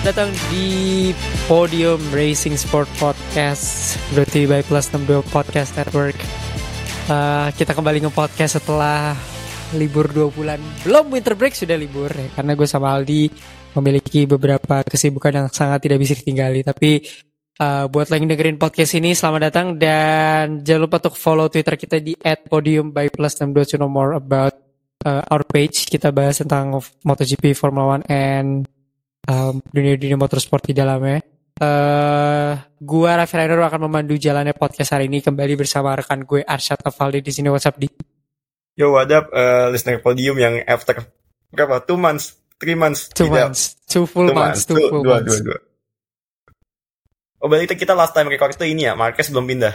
datang di Podium Racing Sport Podcast brought by Plus 62 Podcast Network. Kita kembali nge-podcast setelah libur 2 bulan. Belum winter break, sudah libur ya, karena gue sama Aldi memiliki beberapa kesibukan yang sangat tidak bisa ditinggali. Tapi buat lagi dengerin podcast ini, selamat datang. Dan jangan lupa untuk follow Twitter kita di @podium_by+62 to know more about our page. Kita bahas tentang MotoGP, Formula One, and dunia motorsport di dalamnya. Gua Raffi Rainer akan memandu jalannya podcast hari ini kembali bersama rekan gue Arsyad Afaldi di sini. WhatsApp di. Yo, what up, listener Podium yang after berapa? 2 months, 3 months, 2 months, 2 full months. Oh, berarti kita last time record itu ini ya, Marquez belum pindah.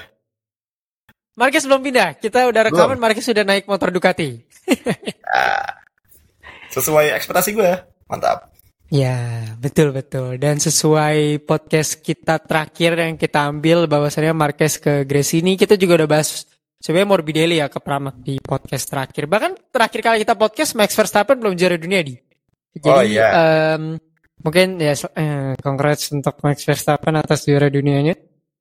Kita udah rekaman, Marquez sudah naik motor Ducati. Sesuai ekspektasi gue, mantap. Ya, betul. Dan sesuai podcast kita terakhir yang kita ambil bahwasannya Marquez ke Gresini, kita juga udah bahas sebenarnya Morbidelli ya ke Pramac di podcast terakhir. Bahkan terakhir kali kita podcast Max Verstappen belum juara dunia di. Jadi mungkin ya congrats untuk Max Verstappen atas juara dunianya.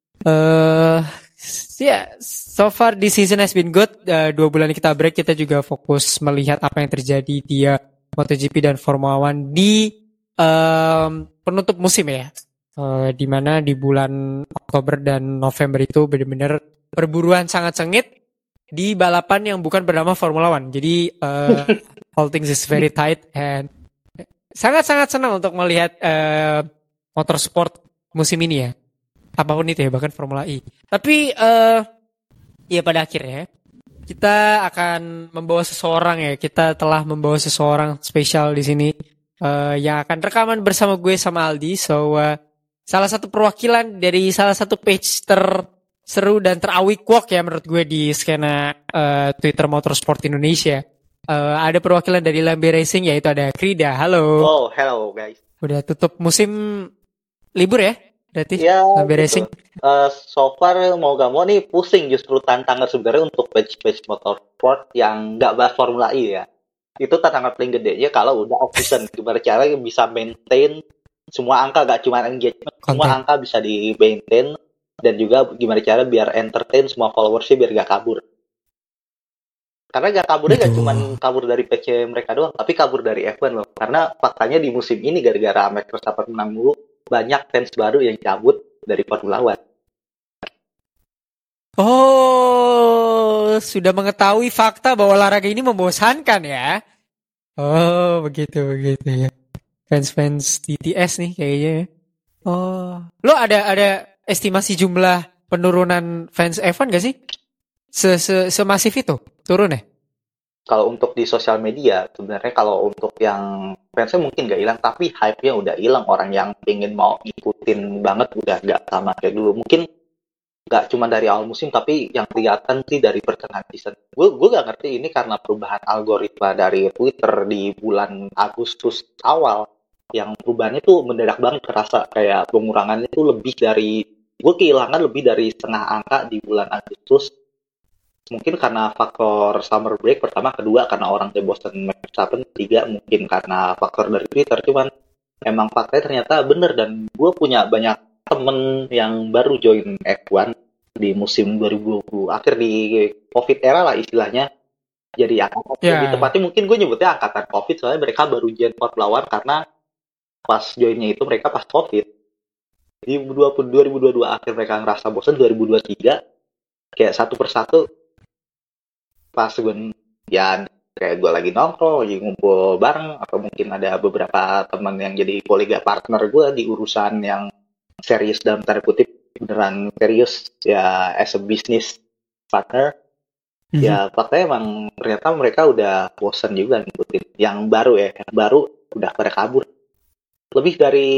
So far this season has been good. 2 bulan kita break, kita juga fokus melihat apa yang terjadi di MotoGP dan Formula One di penutup musim ya, di mana di bulan Oktober dan November itu benar-benar perburuan sangat sengit di balapan yang bukan bernama Formula One. Jadi all things is very tight and sangat-sangat senang untuk melihat motorsport musim ini ya, apapun itu ya, bahkan Formula E. Tapi ya pada akhirnya kita akan membawa seseorang ya, kita telah membawa seseorang spesial di sini. Yang akan rekaman bersama gue sama Aldi. Salah satu perwakilan dari salah satu page terseru dan terawik-wok ya menurut gue di skena Twitter Motorsport Indonesia. Ada perwakilan dari Lambe Racing, yaitu ada Krida. Halo. Oh, hello guys. Udah tutup musim libur ya berarti ya, Lambe Racing. So far mau gak mau nih pusing justru tantangan sebenarnya untuk page motorsport yang gak bahas Formula E ya. Itu tantangan paling gedenya kalau udah off-season. Gimana cara bisa maintain semua angka, gak cuma engagement, semua angka bisa di-maintain, dan juga gimana cara biar entertain semua followersnya biar gak kabur. Karena gak kaburnya gak cuma kabur dari PC mereka doang, tapi kabur dari F1 loh. Karena faktanya di musim ini gara-gara Max Verstappen menang mulu, banyak fans baru yang cabut dari Formula One. Oh, sudah mengetahui fakta bahwa olahraga ini membosankan ya. Oh, begitu ya. Fans TTS nih kayaknya ya. Oh, lo ada estimasi jumlah penurunan fans F1 gak sih? Semasif itu turun ya? Kalau untuk di sosial media, sebenarnya kalau untuk yang fansnya mungkin gak hilang, tapi hype-nya udah hilang. Orang yang pengen mau ngikutin banget udah gak sama kayak dulu. Mungkin gak cuma dari awal musim, tapi yang kelihatan sih dari pertengahan season. Gue gak ngerti ini karena perubahan algoritma dari Twitter di bulan Agustus awal. Yang perubahannya tuh mendadak banget, terasa kayak pengurangannya tuh gue kehilangan lebih dari setengah angka di bulan Agustus. Mungkin karena faktor summer break pertama, kedua karena orang bosan Max Verstappen, ketiga mungkin karena faktor dari Twitter. Cuman emang faktanya ternyata bener, dan gue punya banyak temen yang baru join F1 di musim 2020 akhir, di COVID era lah istilahnya. Jadi lebih tepatnya mungkin gue nyebutnya angkatan COVID, soalnya mereka baru join Formula One karena pas joinnya itu mereka pas COVID. Di 2022 akhir mereka ngerasa bosan, 2023 kayak satu persatu pas gue ya kayak gue lagi nongkrong, lagi ngumpul bareng, atau mungkin ada beberapa teman yang jadi kolega partner gue di urusan yang serius dalam tanda kutip, beneran serius ya, as a business partner. Ya faktanya emang ternyata mereka udah bosan juga ngikutin yang baru udah pada kabur lebih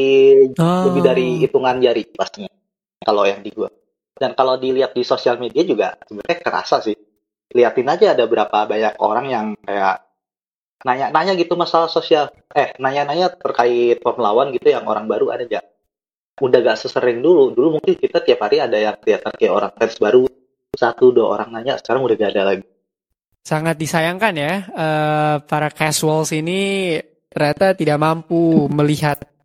dari hitungan jari pastinya kalau yang di gua. Dan kalau dilihat di sosial media juga sebenarnya kerasa sih, liatin aja ada berapa banyak orang yang kayak nanya-nanya gitu masalah nanya-nanya terkait Formula One gitu, yang orang baru ada gak? Udah gak sesering dulu mungkin kita tiap hari ada yang kelihatan kayak orang fans baru 1-2 orang nanya, sekarang udah gak ada lagi. Sangat disayangkan ya, para casuals ini ternyata tidak mampu melihat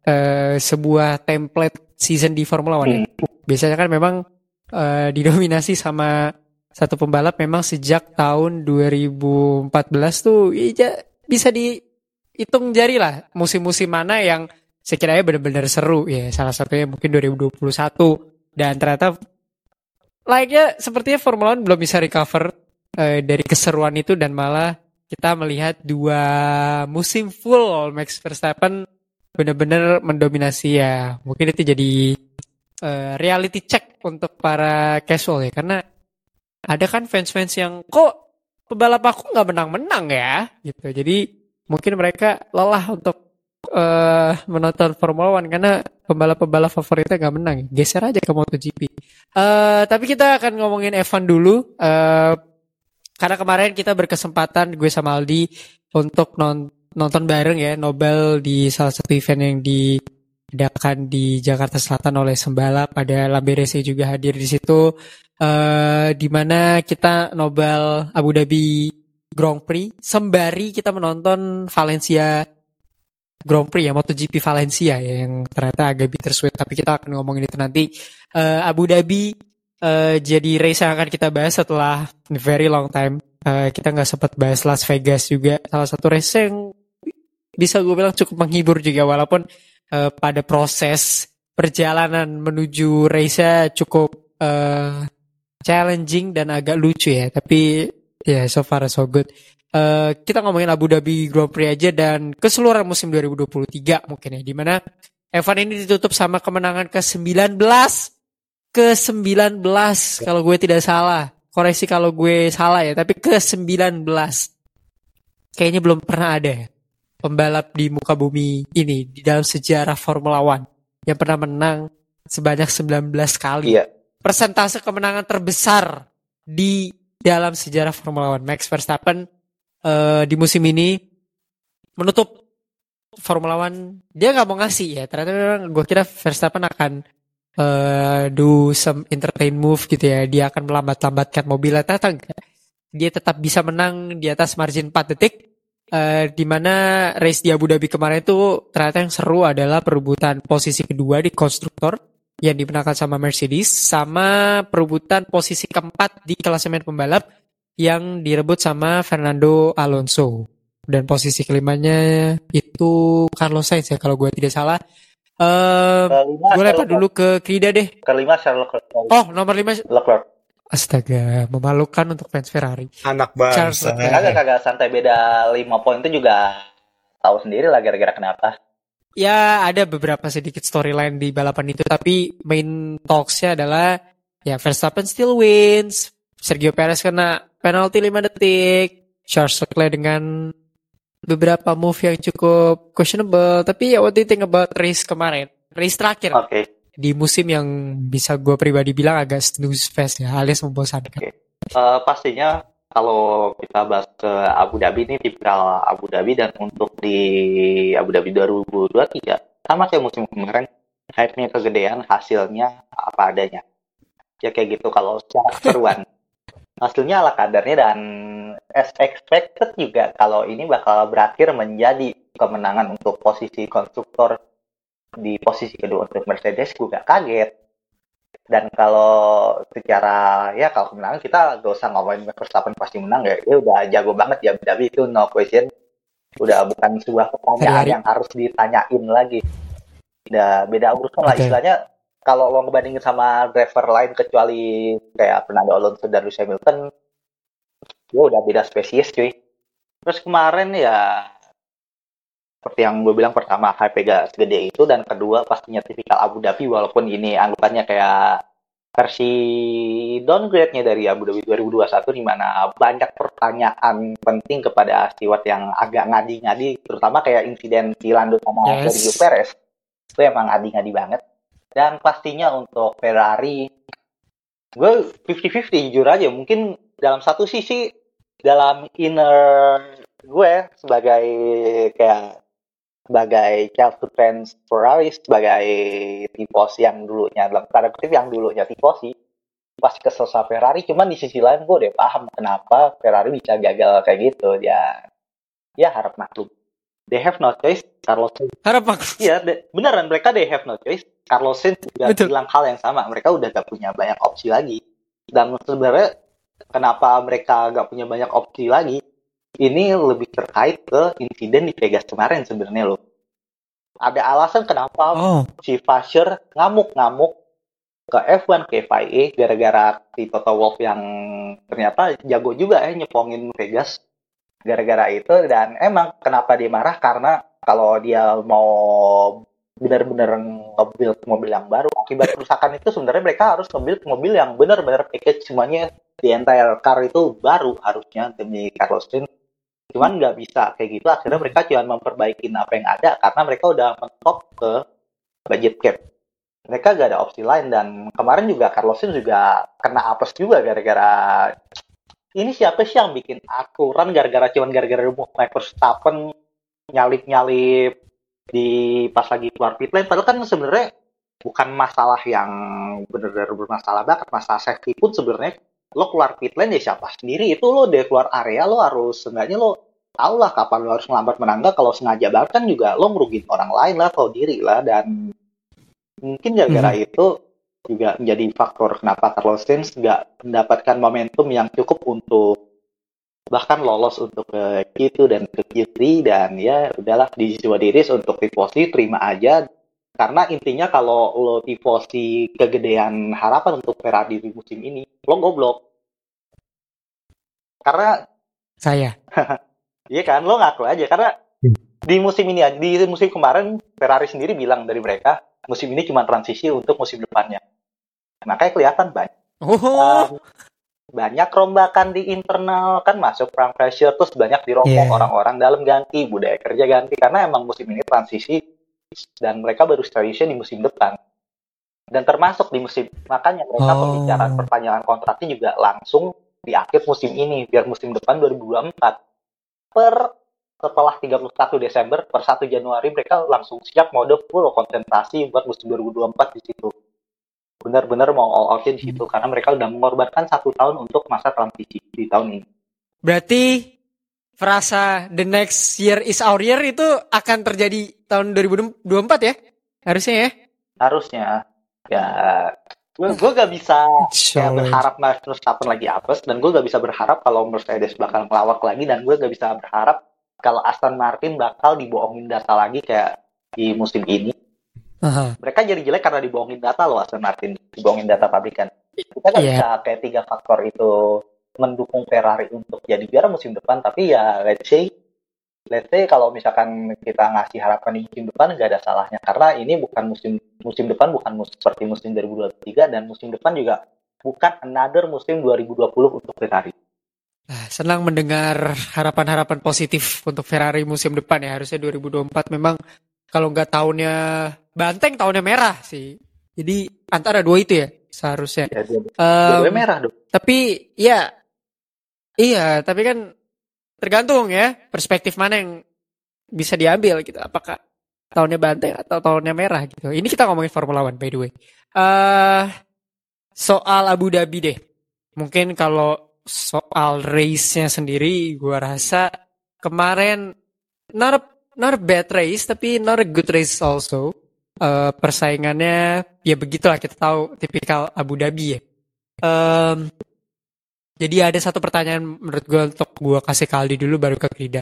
sebuah template season di Formula One ya. Biasanya kan memang didominasi sama satu pembalap memang sejak tahun 2014 tuh ya, bisa dihitung jari lah musim-musim mana yang sekiranya benar-benar seru ya. Salah satunya mungkin 2021 dan ternyata layaknya sepertinya Formula One belum bisa recover dari keseruan itu dan malah kita melihat 2 musim full Max Verstappen benar-benar mendominasi ya. Mungkin itu jadi reality check untuk para casual ya, karena ada kan fans-fans yang kok pembalap aku nggak menang-menang ya gitu. Jadi mungkin mereka lelah untuk menonton Formula One karena pembalap-pembalap favoritnya nggak menang. Geser aja ke MotoGP. Tapi kita akan ngomongin F1 dulu. Karena kemarin kita berkesempatan gue sama Aldi untuk nonton bareng ya Nobel di salah satu event yang diadakan di Jakarta Selatan oleh Sembalap. Ada Lamberese juga hadir di situ. Di mana kita Nobel Abu Dhabi Grand Prix sembari kita menonton Valencia Grand Prix ya, MotoGP Valencia ya, yang ternyata agak bittersweet, tapi kita akan ngomongin itu nanti. Abu Dhabi jadi race yang akan kita bahas setelah very long time. Kita nggak sempat bahas Las Vegas juga, salah satu race yang bisa gue bilang cukup menghibur juga, walaupun pada proses perjalanan menuju race-nya cukup challenging dan agak lucu ya, tapi ya so far so good. Kita ngomongin Abu Dhabi Grand Prix aja dan keseluruhan musim 2023 mungkin ya, dimana F1 ini ditutup sama kemenangan ke-19 kalau gue tidak salah, koreksi kalau gue salah ya, tapi ke-19 kayaknya belum pernah ada ya pembalap di muka bumi ini di dalam sejarah Formula One yang pernah menang sebanyak 19 kali. Iya. Persentase kemenangan terbesar di dalam sejarah Formula One. Max Verstappen di musim ini menutup Formula One. Dia nggak mau ngasih ya. Ternyata memang gue kira Verstappen akan do some entertain move gitu ya. Dia akan melambat-lambatkan mobilnya. Ternyata enggak. Dia tetap bisa menang di atas margin 4 detik. Di mana race di Abu Dhabi kemarin itu ternyata yang seru adalah perebutan posisi kedua di konstruktor yang dimenangkan sama Mercedes, sama perebutan posisi keempat di klasemen pembalap yang direbut sama Fernando Alonso, dan posisi kelimanya itu Carlos Sainz ya kalau gue tidak salah. Gue lempar dulu ke Krida deh. Kelima Charles Leclerc. Oh, nomor 5 Leclerc. Astaga, memalukan untuk fans Ferrari. Anak bangsa. Kagak santai, beda 5 poin itu juga tahu sendiri lah gara-gara kenapa. Ya, ada beberapa sedikit storyline di balapan itu, tapi main talks-nya adalah ya Verstappen still wins, Sergio Perez kena penalti 5 detik, Charles Leclerc dengan beberapa move yang cukup questionable, tapi ya what do you think about race kemarin? Race terakhir. Oke. Di musim yang bisa gue pribadi bilang agak snooze fest ya, alias membosankan. Pastinya kalau kita bahas ke Abu Dhabi ini tipikal Abu Dhabi, dan untuk di Abu Dhabi 2023 sama kayak musim kemarin, hype-nya kegedean, hasilnya apa adanya. Ya kayak gitu kalau secara keseruan. Hasilnya ala kadarnya, dan as expected juga kalau ini bakal berakhir menjadi kemenangan untuk posisi konstruktor di posisi kedua untuk Mercedes. Gue gak kaget. Dan kalau secara ya kalau kemenangan kita gak usah ngomongin Verstappen pasti menang ya, dia udah jago banget ya, tapi itu no question, udah bukan sebuah pertanyaan yang harus ditanyain lagi, udah beda urusan lah istilahnya. Kalau lo ngebandingin sama driver lain kecuali kayak Fernando Alonso dan Lewis Hamilton, dia udah beda spesies cuy. Terus kemarin ya seperti yang gue bilang, pertama hype gak segede itu, dan kedua pastinya tipikal Abu Dhabi, walaupun ini anggapannya kayak versi downgrade-nya dari Abu Dhabi 2021 di mana banyak pertanyaan penting kepada steward yang agak ngadi-ngadi, terutama kayak insiden si Lando sama Sergio Perez. Itu emang ngadi-ngadi banget. Dan pastinya untuk Ferrari, gue 50-50 jujur aja. Mungkin dalam satu sisi, dalam inner gue sebagai childhood fans Ferrari, sebagai tifosi yang dulunya dalam tanda kutip yang dulunya tifosi, pasti kesel sama Ferrari. Cuman di sisi lain gue udah paham kenapa Ferrari bisa gagal kayak gitu. Ya harap maklum. they have no choice. Carlos Sainz, Harap aku. iya beneran mereka they have no choice. Carlos Sainz juga Betul. bilang hal yang sama. Mereka udah gak punya banyak opsi lagi. Dan sebenarnya kenapa mereka gak punya banyak opsi lagi? Ini lebih terkait ke insiden di Vegas kemarin sebenarnya loh. Ada alasan kenapa Oh, si Vasher ngamuk-ngamuk ke F1 ke FIA gara-gara si Toto Wolff yang ternyata jago juga nyepongin Vegas gara-gara itu. Dan emang kenapa dia marah karena kalau dia mau benar-benar nge-build mobil yang baru akibat kerusakan itu sebenarnya mereka harus nge-build mobil yang benar-benar package semuanya di entire car itu baru harusnya demi Carlos Sainz. Cuman nggak bisa kayak gitu, akhirnya mereka cuma memperbaiki apa yang ada karena mereka udah mentok ke budget cap. Mereka gak ada opsi lain. Dan kemarin juga Carlos Sainz juga kena apes juga gara-gara ini siapa sih yang bikin aturan gara-gara Max Verstappen nyalip-nyalip di pas lagi keluar pit lane. Padahal kan sebenarnya bukan masalah yang benar-benar bermasalah banget, masalah safety pun sebenarnya lo keluar pit lane ya siapa sendiri itu, lo dari keluar area lo harus seenggaknya lo tau lah kapan lo harus melambat menangga. Kalau sengaja banget kan juga lo merugikan orang lain lah atau diri lah. Dan mungkin gara-gara itu juga menjadi faktor kenapa Carlos Sainz nggak mendapatkan momentum yang cukup untuk bahkan lolos untuk ke Q2 dan ke Q3. Dan ya udahlah di Q1 untuk tifosi terima aja, karena intinya kalau lo tifosi kegedean harapan untuk Ferrari di musim ini lo goblok. Karena saya. iya kan, lo ngaku aja karena di musim ini aja, di musim kemarin Ferrari sendiri bilang dari mereka musim ini cuma transisi untuk musim depannya. Makanya kelihatan Oh, banyak rombakan di internal kan, masuk perang pressure terus banyak dirombong orang-orang dalam ganti, budaya kerja ganti karena emang musim ini transisi dan mereka baru seriusnya di musim depan. Dan termasuk di musim, makanya mereka pembicaraan perpanjangan kontraknya juga langsung di akhir musim ini biar musim depan 2024 setelah 31 Desember per 1 Januari mereka langsung siap mode full konsentrasi buat musim 2024 di situ. Benar-benar mau all out di situ karena mereka udah mengorbankan 1 tahun untuk masa transisi di tahun ini. berarti frasa the next year is our year itu akan terjadi tahun 2024 ya? Harusnya ya? Harusnya ya gue gak bisa ya, berharap Max Verstappen lagi apes, dan gue gak bisa berharap kalau Mercedes bakal melawak lagi, dan gue gak bisa berharap kalau Aston Martin bakal dibohongin data lagi kayak di musim ini. Mereka jadi jelek karena dibohongin data loh, Aston Martin dibohongin data pabrikan. Kita gak bisa kayak 3 faktor itu mendukung Ferrari untuk jadi juara musim depan. Tapi ya let's say kalau misalkan kita ngasih harapan di musim depan gak ada salahnya, karena ini bukan musim depan bukan seperti musim 2023, dan musim depan juga bukan another musim 2020 untuk Ferrari. Senang mendengar harapan-harapan positif untuk Ferrari musim depan ya. Harusnya 2024 memang kalau nggak tahunnya banteng, tahunnya merah sih. Jadi antara dua itu ya seharusnya. Ya, dua merah dong. Tapi ya, iya, tapi kan tergantung ya perspektif mana yang bisa diambil gitu. Apakah tahunnya banteng atau tahunnya merah gitu. Ini kita ngomongin Formula One by the way. Soal Abu Dhabi deh. Mungkin kalau soal race-nya sendiri, gue rasa kemarin not a bad race, tapi not a good race also. Persaingannya ya begitulah, kita tahu tipikal Abu Dhabi ya. Jadi ada satu pertanyaan menurut gue untuk gue kasih ke Aldi dulu baru ke Krida.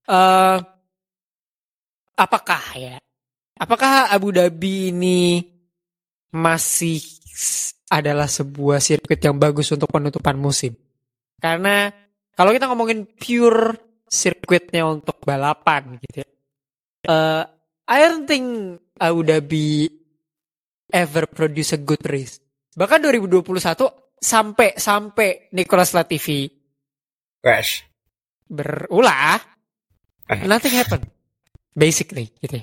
Apakah Abu Dhabi ini masih adalah sebuah sirkuit yang bagus untuk penutupan musim? Karena kalau kita ngomongin pure sirkuitnya untuk balapan gitu ya, I don't think Abu Dhabi ever produce a good race. Bahkan 2021 sampai Nicolas Latifi crash berulah, nothing happened basically gitu ya.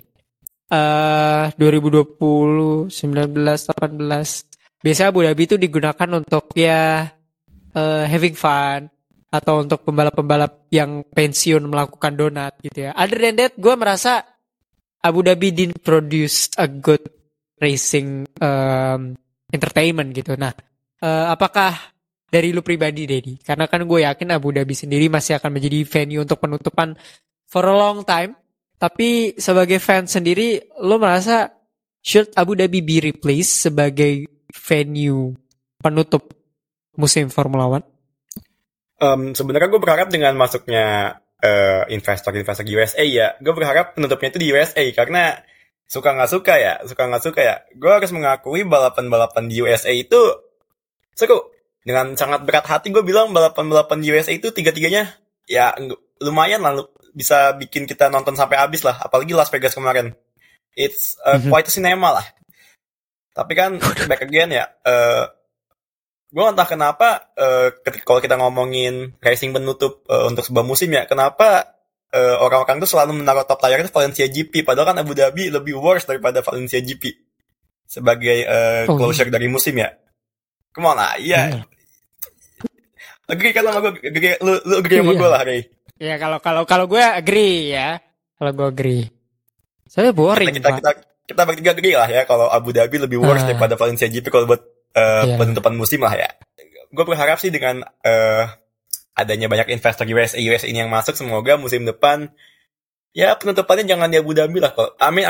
2020, 19, 18 biasanya Abu Dhabi itu digunakan untuk ya having fun atau untuk pembalap-pembalap yang pensiun melakukan donat gitu ya. Other than that, gue merasa Abu Dhabi didn't produce a good racing entertainment gitu. Nah, apakah dari lu pribadi, Dedi? Karena kan gue yakin Abu Dhabi sendiri masih akan menjadi venue untuk penutupan for a long time. Tapi sebagai fans sendiri, lo merasa should Abu Dhabi be replaced sebagai venue penutup musim Formula One? Sebenarnya gue berharap dengan masuknya investor USA ya, gue berharap penutupnya itu di USA karena suka nggak suka ya, gue harus mengakui balapan-balapan di USA itu seru. Dengan sangat berat hati gue bilang balapan-balapan di USA itu tiga-tiganya ya lumayan lah, bisa bikin kita nonton sampai habis lah, apalagi Las Vegas kemarin. It's quite a cinema lah. Tapi kan back again ya, gue entah kenapa kalau kita ngomongin racing penutup untuk sebuah musim ya, kenapa orang-orang tuh selalu menaruh top tier itu Valencia GP, padahal kan Abu Dhabi lebih worse daripada Valencia GP sebagai closure dari musim ya. Come on lah, iya. Agree kan sama gue, lu agree sama gue lah, Ray. Ya kalau gue agree ya, kalau gue agree. Saya boring. Kita bertiga agree lah ya, kalau Abu Dhabi lebih worse daripada Valencia GP kalau buat penutupan musim lah ya. Gue berharap sih dengan adanya banyak investor USA ini yang masuk, semoga musim depan ya penutupannya jangan di Abu Dhabi lah. Amin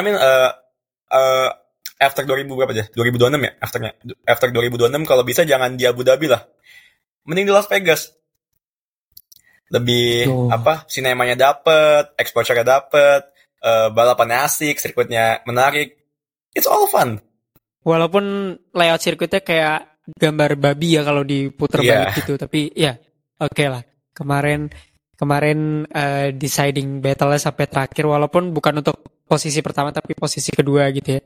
after 2000 berapa aja? 2026 ya after 2026 kalau bisa jangan di Abu Dhabi lah. Mending di Las Vegas. Lebih sinemanya dapet, exposure-nya dapet, balapannya asik, sirkuitnya menarik. It's all fun. Walaupun layout sirkuitnya kayak gambar babi ya kalau diputer balik gitu, tapi ya oke lah. Kemarin deciding battle-nya sampai terakhir, walaupun bukan untuk posisi pertama tapi posisi kedua gitu ya.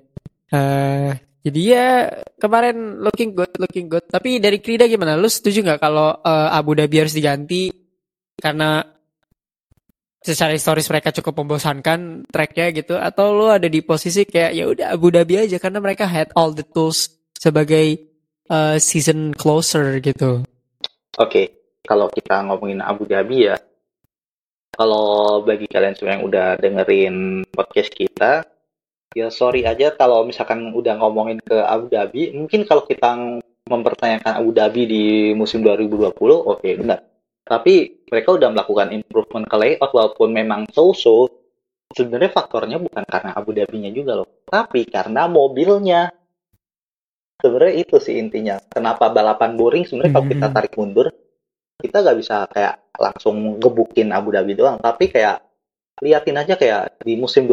Jadi ya kemarin looking good. Tapi dari Krida gimana? Lu setuju nggak kalau Abu Dhabi harus diganti karena secara historis mereka cukup membosankan tracknya gitu? Atau lu ada di posisi kayak ya udah Abu Dhabi aja karena mereka had all the tools sebagai season closer gitu? Oke, kalau kita ngomongin Abu Dhabi ya, kalau bagi kalian semua yang udah dengerin podcast kita, ya sorry aja kalau misalkan udah ngomongin ke Abu Dhabi, mungkin kalau kita mempertanyakan Abu Dhabi di musim 2020, oke, benar. Tapi mereka udah melakukan improvement ke layout, walaupun memang so-so, sebenarnya faktornya bukan karena Abu Dhabi-nya juga loh, tapi karena mobilnya. Sebenarnya itu sih intinya. Kenapa balapan boring? Sebenarnya kalau kita tarik mundur, kita nggak bisa kayak langsung ngebukin Abu Dhabi doang, tapi kayak liatin aja kayak di musim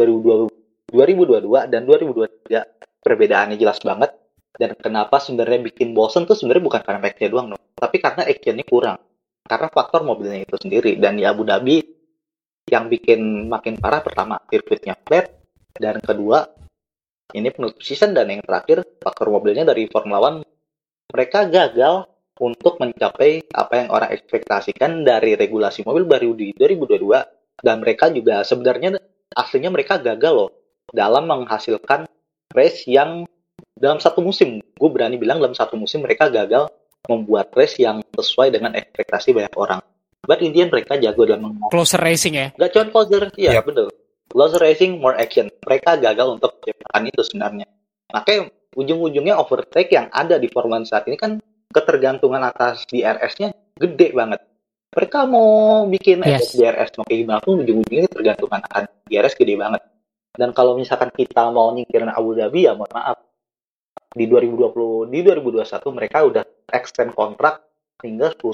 2022 dan 2023 perbedaannya jelas banget. Dan kenapa sebenarnya bikin bosen tuh sebenarnya bukan karena tracknya doang, no. Tapi karena actionnya kurang. Karena faktor mobilnya itu sendiri. Dan di Abu Dhabi yang bikin makin parah, pertama sirkuitnya flat, dan kedua ini penutup season, dan yang terakhir faktor mobilnya dari Formula One, mereka gagal untuk mencapai apa yang orang ekspektasikan dari regulasi mobil baru di 2022. Dan mereka juga sebenarnya aslinya mereka gagal loh dalam menghasilkan race yang dalam satu musim. Gue berani bilang dalam satu musim mereka gagal membuat race yang sesuai dengan ekspektasi banyak orang. But in the end mereka jago dalam closer racing ya? Gak cuma closer, iya betul. Closer racing, more action. Mereka gagal untuk menciptakan itu sebenarnya. Makanya ujung-ujungnya overtake yang ada di Formula 1 saat ini kan ketergantungan atas DRS-nya gede banget. Mereka mau bikin DRS mau kayak gimana pun ujung-ujungnya tergantungan akan DRS gede banget. Dan kalau misalkan kita mau nyingkirin Abu Dhabi ya mohon maaf. Di 2020, di 2021 mereka udah extend kontrak hingga 10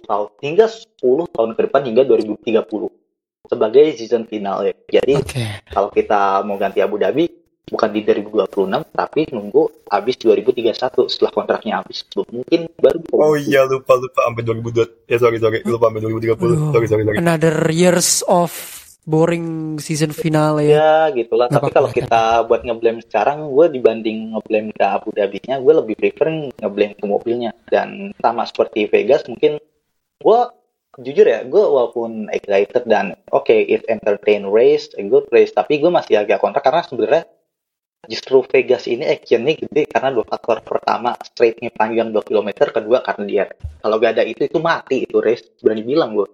tahun ke depan hingga 2030 sebagai season final ya. Jadi kalau kita mau ganti Abu Dhabi bukan di 2026 tapi nunggu habis 2031 setelah kontraknya habis. Mungkin baru. Oh iya lupa sampai 2022. Ya sorry lupa sampai 2030. Sorry. Another years of boring season finale ya gitulah. Tapi kalau kita buat ngeblame sekarang, gue dibanding ngeblame ke Abu Dhabi-nya, gue lebih prefer ngeblame ke mobilnya. Dan sama seperti Vegas, mungkin gue jujur ya, gue walaupun excited dan it entertain race, a good race, tapi gue masih agak kontra karena sebenarnya justru Vegas ini actionnya gede karena dua faktor. Pertama, straightnya panjang 2 km, kedua karena dia kalau gak ada itu mati itu race. Berani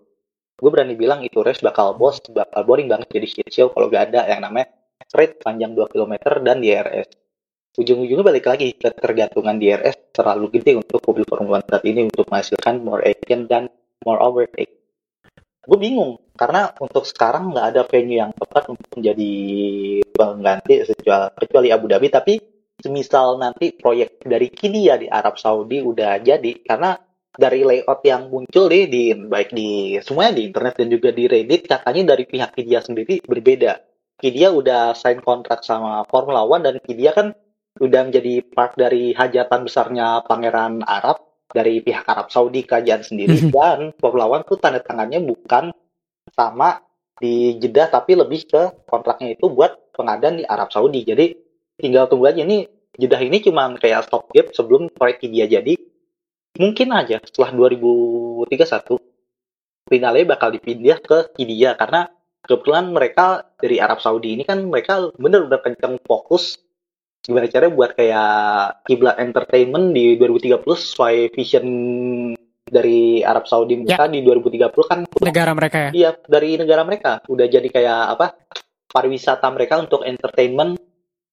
bilang itu race bakal boring banget, jadi shit show kalau gak ada yang namanya straight panjang 2 km dan DRS. Ujung-ujungnya balik lagi ke tergantungan DRS terlalu gede untuk mobil Formula 1 saat ini untuk menghasilkan more action dan more overtake. Gue bingung karena untuk sekarang nggak ada venue yang tepat untuk menjadi pengganti kecuali Abu Dhabi. Tapi semisal nanti proyek dari Qiddiya di Arab Saudi udah jadi, karena dari layout yang muncul di baik di semuanya di internet dan juga di Reddit, katanya dari pihak Qiddiya sendiri berbeda. Qiddiya udah sign kontrak sama Formula One, dan Qiddiya kan udah menjadi part dari hajatan besarnya Pangeran Arab dari pihak Arab Saudi, kerajaan sendiri. Dan Formula One tuh tanda tangannya bukan sama di Jeddah, tapi lebih ke kontraknya itu buat pengadaan di Arab Saudi. Jadi tinggal tunggu aja nih, Jeddah ini cuma kayak stopgap sebelum proyek dia jadi. Mungkin aja setelah 2031 finalnya bakal dipindah ke Qiddiya, karena kebetulan mereka dari Arab Saudi ini kan mereka bener-bener kenceng fokus gimana caranya buat kayak kiblat entertainment di 2030 sesuai vision dari Arab Saudi mereka di 2030 kan negara mereka ya. Iya, dari negara mereka udah jadi kayak apa, pariwisata mereka untuk entertainment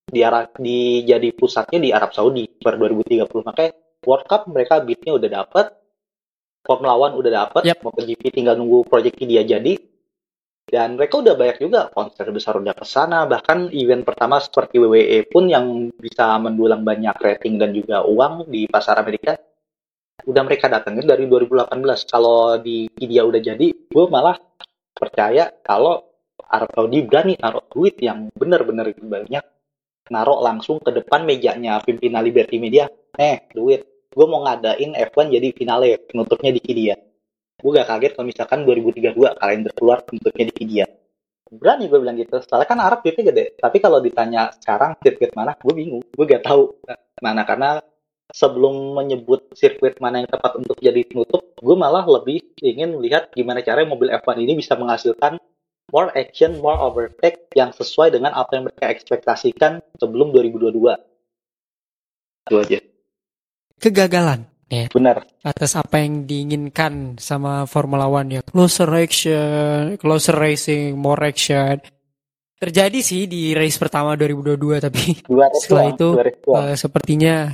jadi pusatnya di Arab Saudi per 2030. Makanya World Cup mereka beatnya udah dapet, Formula One udah dapet, MotoGP tinggal nunggu proyeknya dia jadi. Dan mereka udah banyak juga konser besar udah kesana, bahkan event pertama seperti WWE pun yang bisa mendulang banyak rating dan juga uang di pasar Amerika udah mereka datengin dari 2018. Kalau di India udah jadi, gue malah percaya kalau Arab Saudi berani naruh duit yang bener-bener banyak, naruh langsung ke depan mejanya pimpinan Liberty Media. Duit, gue mau ngadain F1 jadi finale, penutupnya di India. Gue gak kaget kalau misalkan 2032 kalender keluar penutupnya di India. Berani gue bilang gitu, soalnya kan Arab duitnya gede. Tapi kalau ditanya sekarang sirkuit mana, gue bingung, gue gak tahu mana, karena sebelum menyebut sirkuit mana yang tepat untuk jadi penutup, gue malah lebih ingin melihat gimana caranya mobil F1 ini bisa menghasilkan more action, more overtake yang sesuai dengan apa yang mereka ekspektasikan sebelum 2022. Itu aja. Kegagalan. Ya. Benar. Atas apa yang diinginkan sama Formula One ya. Closer action, closer racing, more action. Terjadi sih di race pertama 2022, tapi setelah itu sepertinya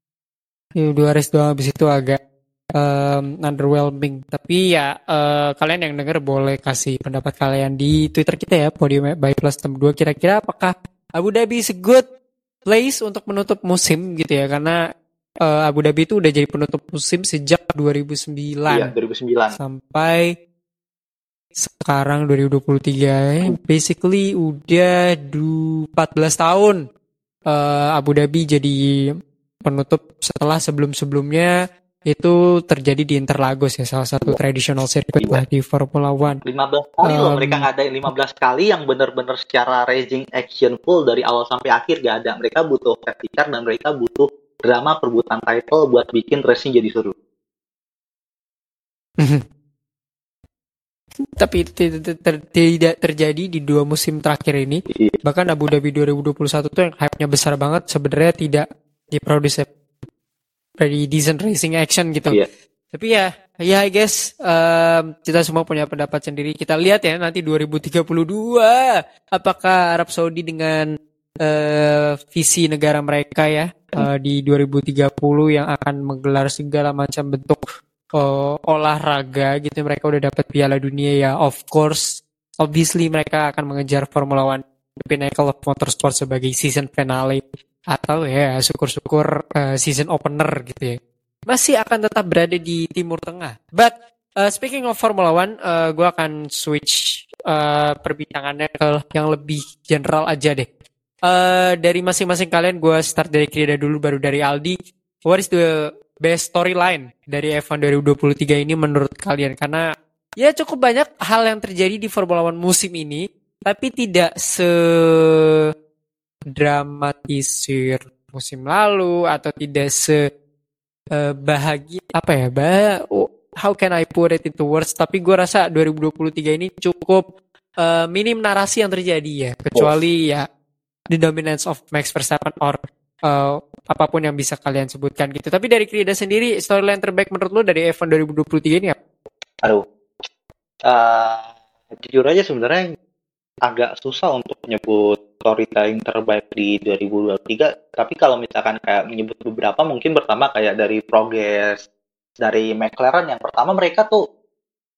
2 race doang, habis itu agak underwhelming. Tapi ya kalian yang denger boleh kasih pendapat kalian di Twitter kita ya, Podium by Plus 2. Kira-kira apakah Abu Dhabi is a good place untuk menutup musim gitu ya, karena Abu Dhabi itu udah jadi penutup musim sejak 2009. Iya, 2009. Sampai sekarang 2023. Basically udah 14 tahun Abu Dhabi jadi penutup, setelah sebelum-sebelumnya itu terjadi di Interlagos ya, salah satu traditional circuit lah di Formula One. 15 kali loh mereka ngadain, 15 kali yang benar-benar secara racing action full dari awal sampai akhir gak ada. Mereka butuh safety car dan mereka butuh drama perebutan title buat bikin racing jadi seru. Tapi itu tidak terjadi di 2 musim terakhir ini. Bahkan Abu Dhabi 2021 tuh yang hype-nya besar banget, sebenarnya tidak diproduce very decent racing action gitu. Tapi ya I guess kita semua punya pendapat sendiri. Kita lihat ya nanti 2032 apakah Arab Saudi dengan visi negara mereka ya di 2030 yang akan menggelar segala macam bentuk olahraga gitu. Mereka udah dapat Piala Dunia ya, of course obviously mereka akan mengejar Formula One, the pinnacle of motorsport, sebagai season finale atau ya syukur-syukur season opener gitu ya. Masih akan tetap berada di Timur Tengah. But speaking of Formula One, gue akan switch perbincangannya ke yang lebih general aja deh. Dari masing-masing kalian, gue start dari Krida dulu, baru dari Aldi. What is the best storyline dari F1 2023 ini menurut kalian? Karena ya cukup banyak hal yang terjadi di Formula One musim ini, tapi tidak sedramatisir musim lalu atau tidak bahagia apa ya, how can I put it into words, tapi gue rasa 2023 ini cukup minim narasi yang terjadi ya, kecuali ya the dominance of Max Verstappen or apapun yang bisa kalian sebutkan gitu. Tapi dari Krida sendiri, storyline terbaik menurut lo dari F1 2023 ini apa? Jujur aja sebenarnya agak susah untuk menyebut storytelling terbaik di 2023. Tapi kalau misalkan kayak menyebut beberapa, mungkin pertama kayak dari progress dari McLaren. Yang pertama, mereka tuh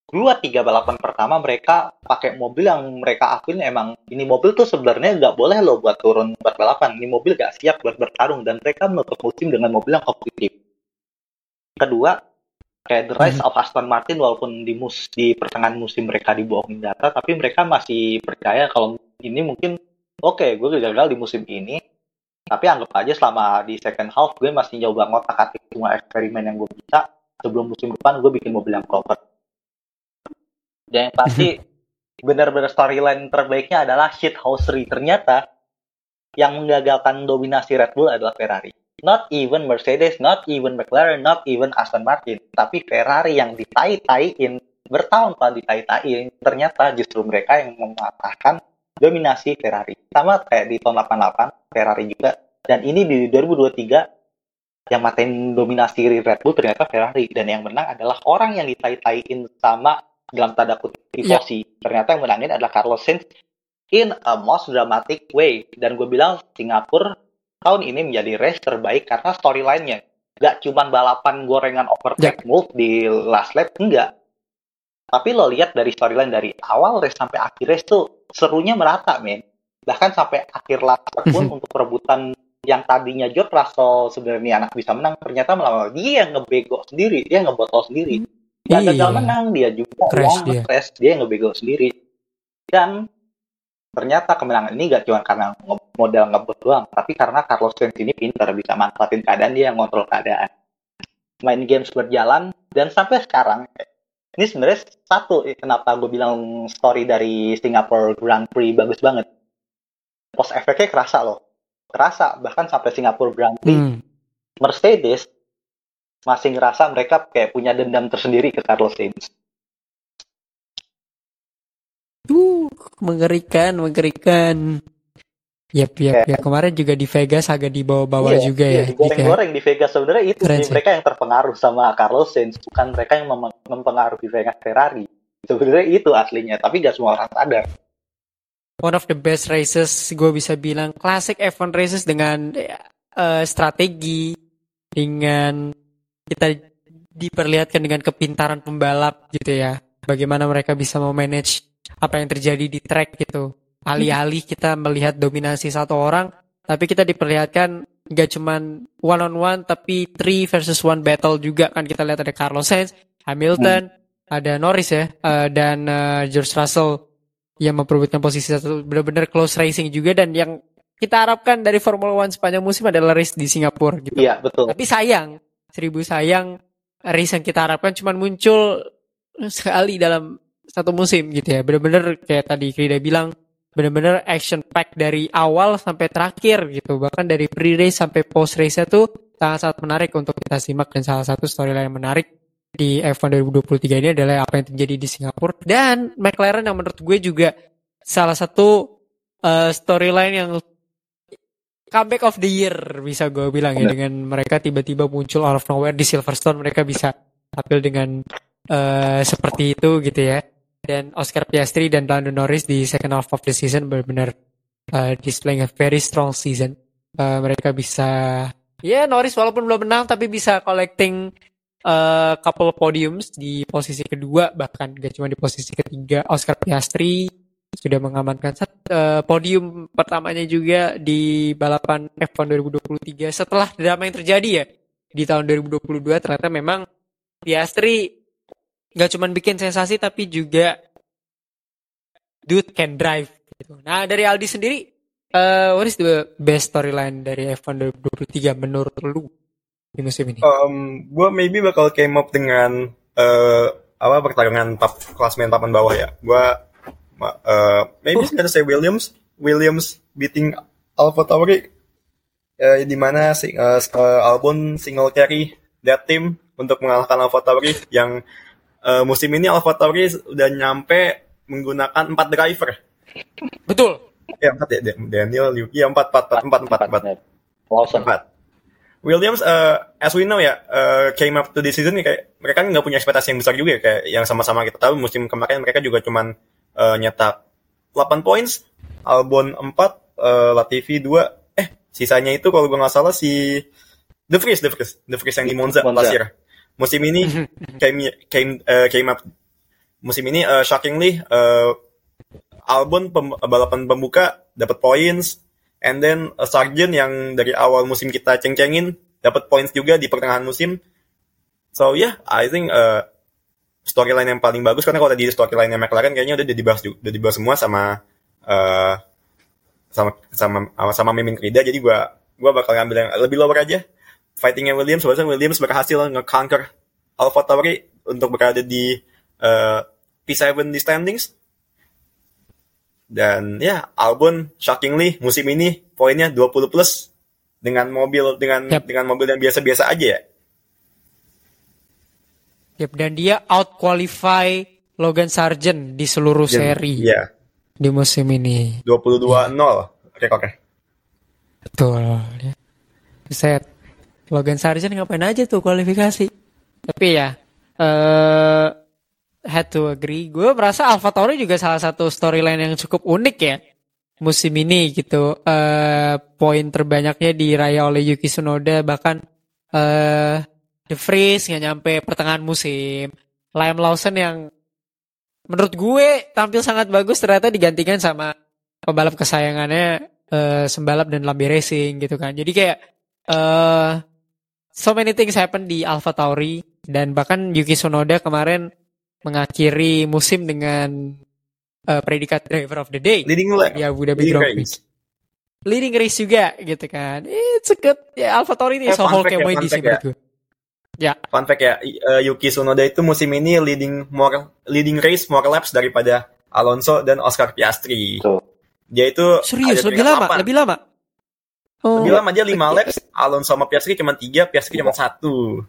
2-3 balapan pertama mereka pakai mobil yang mereka akuin emang ini mobil tuh sebenarnya nggak boleh loh buat turun buat balapan. Ini mobil nggak siap buat bertarung dan mereka menutup musim dengan mobil yang kompetitif. Kedua, kayak The Rise of Aston Martin walaupun di pertengahan musim mereka dibohongin data, tapi mereka masih percaya kalau ini mungkin oke, gue gagal di musim ini, tapi anggap aja selama di second half gue masih nyoba ngotak-atik semua eksperimen yang gue bisa. Sebelum musim depan gue bikin mobil yang proper. Dan yang pasti benar-benar storyline terbaiknya adalah shithousery. Ternyata yang menggagalkan dominasi Red Bull adalah Ferrari. Not even Mercedes, not even McLaren, not even Aston Martin. Tapi Ferrari yang ditai-taiin, bertahun-tahun ditai-taiin, ternyata justru mereka yang mematahkan dominasi Ferrari. Sama kayak di tahun 88, Ferrari juga. Dan ini di 2023, yang matain dominasi Red Bull ternyata Ferrari. Dan yang menang adalah orang yang ditai-taiin sama dalam tanda kutip tifosi. Ternyata yang menangin adalah Carlos Sainz in a most dramatic way. Dan gue bilang Singapura tahun ini menjadi race terbaik karena storyline-nya. Gak cuma balapan gorengan overtake move di last lap, enggak. Tapi lo lihat dari storyline dari awal race sampai akhir race tuh serunya merata, men. Bahkan sampai akhir lap pun untuk perebutan yang tadinya George Russell sebenarnya anak bisa menang, ternyata malah dia yang ngebego sendiri, dia ngebotol sendiri. Dan gagal menang, dia juga crash, dia yang ngebego sendiri. Dan ternyata kemenangan ini gak cuma karena modal ngebot doang, tapi karena Carlos Sainz ini pintar, bisa manfaatin keadaan, dia yang ngontrol keadaan. Main games berjalan, dan sampai sekarang, ini sebenarnya satu, kenapa gue bilang story dari Singapore Grand Prix bagus banget. Post efeknya kerasa loh. Kerasa, bahkan sampai Singapore Grand Prix, Mercedes masih ngerasa mereka kayak punya dendam tersendiri ke Carlos Sainz. Mengerikan. Yap. Kemarin juga di Vegas agak di bawah-bawah juga ya. Digoreng-goreng di Vegas sebenarnya itu sih mereka yang terpengaruh sama Carlos Sainz, bukan mereka yang mempengaruhi Ferrari. Sebenarnya itu aslinya, tapi gak semua orang sadar. One of the best races, gue bisa bilang classic F1 races dengan strategi, dengan kita diperlihatkan dengan kepintaran pembalap gitu ya. Bagaimana mereka bisa memanage apa yang terjadi di track gitu. Alih-alih kita melihat dominasi satu orang, tapi kita diperlihatkan gak cuman one on one, tapi 3 versus 1 battle juga kan. Kita lihat ada Carlos Sainz, Hamilton, ada Norris ya, dan George Russell yang memperebutkan posisi satu. Benar-benar close racing juga, dan yang kita harapkan dari Formula One sepanjang musim adalah race di Singapura gitu. Iya, betul. Tapi sayang, 1000 sayang, race yang kita harapkan cuma muncul sekali dalam satu musim gitu ya. Benar-benar kayak tadi Krida bilang, benar-benar action pack dari awal sampai terakhir gitu. Bahkan dari pre-race sampai post-race-nya tuh sangat-sangat menarik untuk kita simak. Dan salah satu storyline yang menarik di F1 2023 ini adalah apa yang terjadi di Singapura. Dan McLaren yang menurut gue juga salah satu storyline yang comeback of the year bisa gue bilang ya. Dengan mereka tiba-tiba muncul out of nowhere di Silverstone, mereka bisa tampil dengan seperti itu gitu ya. Dan Oscar Piastri dan Lando Norris di second half of the season benar-benar displaying a very strong season. Mereka bisa, Norris walaupun belum menang tapi bisa collecting couple podiums di posisi kedua, bahkan gak cuma di posisi ketiga. Oscar Piastri sudah mengamankan podium pertamanya juga di balapan F1 2023 setelah drama yang terjadi ya di tahun 2022. Ternyata memang Piastri gak cuma bikin sensasi tapi juga dude can drive gitu. Nah, dari Aldi sendiri, what is the best storyline dari F1 2023 menurut lu di musim ini? Gue maybe bakal came up dengan pertarungan klasmen papan bawah ya. Gue maybe gonna say Williams beating AlphaTauri, di mana Albon single carry that team untuk mengalahkan AlphaTauri yang musim ini AlphaTauri udah nyampe menggunakan 4 driver. Betul. Ya 4 ya, Daniel, Yuki, 4. Williams, as we know ya, came up to this season kayak mereka nggak punya ekspektasi yang besar juga ya, kayak yang sama-sama kita tahu musim kemarin mereka juga cuman nyetak 8 points, Albon 4, Latifi 2, sisanya itu kalau gue nggak salah si The Vries yang di Monza last year. Musim ini came up musim ini shockingly Albon balapan pembuka dapat points, and then Sargent yang dari awal musim kita ceng-cengin dapat points juga di pertengahan musim. So yeah, I think storyline yang paling bagus, karena kalau tadi storyline yang McLaren kayaknya udah dibahas semua sama sama Mimin Krida, jadi gua bakal ngambil yang lebih lower aja. Fightingnya Williams berhasil nge-conquer AlphaTauri untuk berada di P7 di standings. Dan ya, Albon shockingly musim ini poinnya 20 plus dengan mobil yang biasa-biasa aja ya. Yep, dan dia out qualify Logan Sargent di seluruh seri. Iya. Di musim ini 22-0 oke. Betul ya. Set Logan Sargent ngapain aja tuh kualifikasi. Tapi ya had to agree, gue merasa AlphaTauri juga salah satu storyline yang cukup unik ya musim ini gitu. Poin terbanyaknya diraih oleh Yuki Tsunoda, bahkan De Vries nggak nyampe pertengahan musim. Liam Lawson yang menurut gue tampil sangat bagus ternyata digantikan sama pembalap kesayangannya, Sembalap dan Lambe Racing gitu kan. Jadi kayak so many things happen di AlphaTauri, dan bahkan Yuki Tsunoda kemarin mengakhiri musim dengan predikat Driver of the Day di Abu Dhabi Grand Prix. Leading race juga gitu kan. It's a good ya, AlphaTauri ini so whole kayak main di sini menurut gue. Ya. Fun fact ya, Yuki Tsunoda itu musim ini leading race more laps daripada Alonso dan Oscar Piastri. Dia itu serius lebih lama. Oh. Lebih lama, dia 5 laps, Alonso sama Piastri cuma 3, Piastri cuma 1.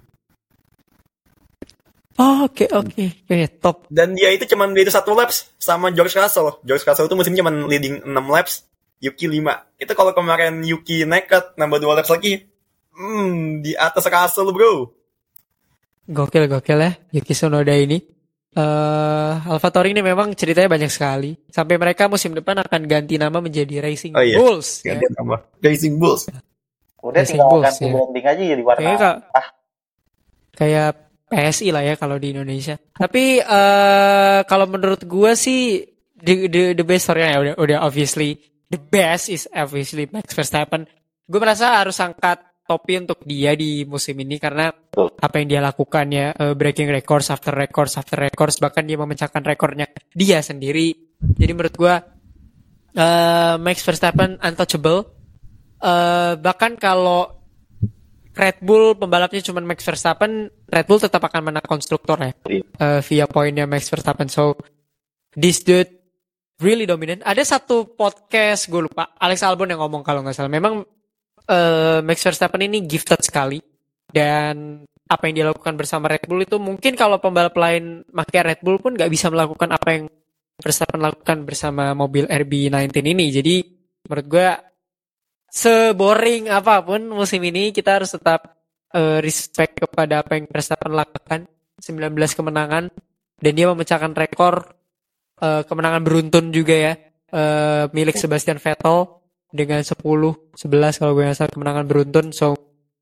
Oke, top. Dan dia itu cuma beda 1 laps sama George Russell. George Russell itu musim cuma leading 6 laps, Yuki 5. Itu kalau kemarin Yuki nekat nambah 2 laps lagi, di atas Russell bro. Gokil ya Yuki Tsunoda ini. AlphaTauri ini memang ceritanya banyak sekali. Sampai mereka musim depan akan ganti nama menjadi Racing Bulls. Ganti nama Racing Bulls. Udah tinggal ganti branding aja jadi warna. Kayak PSI lah ya kalau di Indonesia. Tapi kalau menurut gue sih the best story-nya udah obviously the best is obviously Max Verstappen. Gue merasa harus angkat topi untuk dia di musim ini karena apa yang dia lakukan ya, breaking records after records, bahkan dia memecahkan rekornya dia sendiri. Jadi menurut gue Max Verstappen untouchable. Bahkan kalau Red Bull pembalapnya cuma Max Verstappen, Red Bull tetap akan menang konstruktor ya, via poinnya Max Verstappen. So this dude really dominant. Ada satu podcast gue lupa, Alex Albon yang ngomong kalau nggak salah, memang Max Verstappen ini gifted sekali, dan apa yang dia lakukan bersama Red Bull itu mungkin kalau pembalap lain pakai Red Bull pun nggak bisa melakukan apa yang Verstappen lakukan bersama mobil RB19 ini. Jadi menurut gue seboring apapun musim ini, kita harus tetap respect kepada apa yang Verstappen lakukan. 19 kemenangan, dan dia memecahkan rekor kemenangan beruntun juga ya, milik Sebastian Vettel dengan 10-11 kalau gue nggak salah kemenangan beruntun. So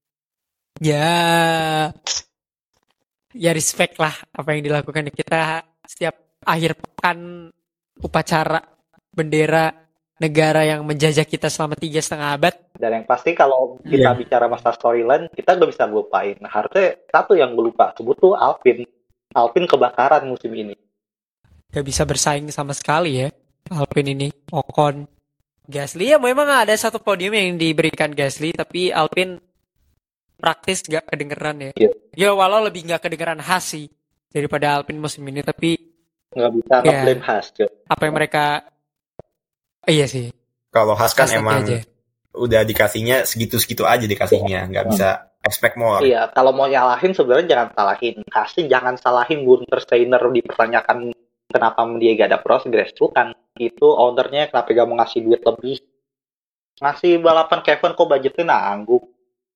ya respect lah apa yang dilakukan. Kita setiap akhir pekan upacara bendera negara yang menjajah kita selama 3,5 abad. Dan yang pasti kalau kita bicara masalah storyline, kita gak bisa lupain. Harusnya satu yang gue lupa sebut tuh Alpine kebakaran musim ini. Gak bisa bersaing sama sekali ya Alpine ini. Ocon, Gasly ya memang ada satu podium yang diberikan Gasly, tapi Alpine praktis gak kedengeran ya. Ya walau lebih gak kedengeran Haas sih daripada Alpine musim ini, tapi gak bisa nge-blame Haas. Apa yang mereka iya sih. Kalau Haas kan emang udah dikasihnya segitu-segitu aja dikasihnya, nggak bisa expect more. Iya, kalau mau nyalahin sebenarnya jangan salahin Haas, jangan salahin Gunther Steiner dipertanyakan kenapa dia gak ada progress. Bukan, itu ownernya kenapa gak mau ngasih duit lebih. Ngasih balapan Kevin kok budgetnya nanggung.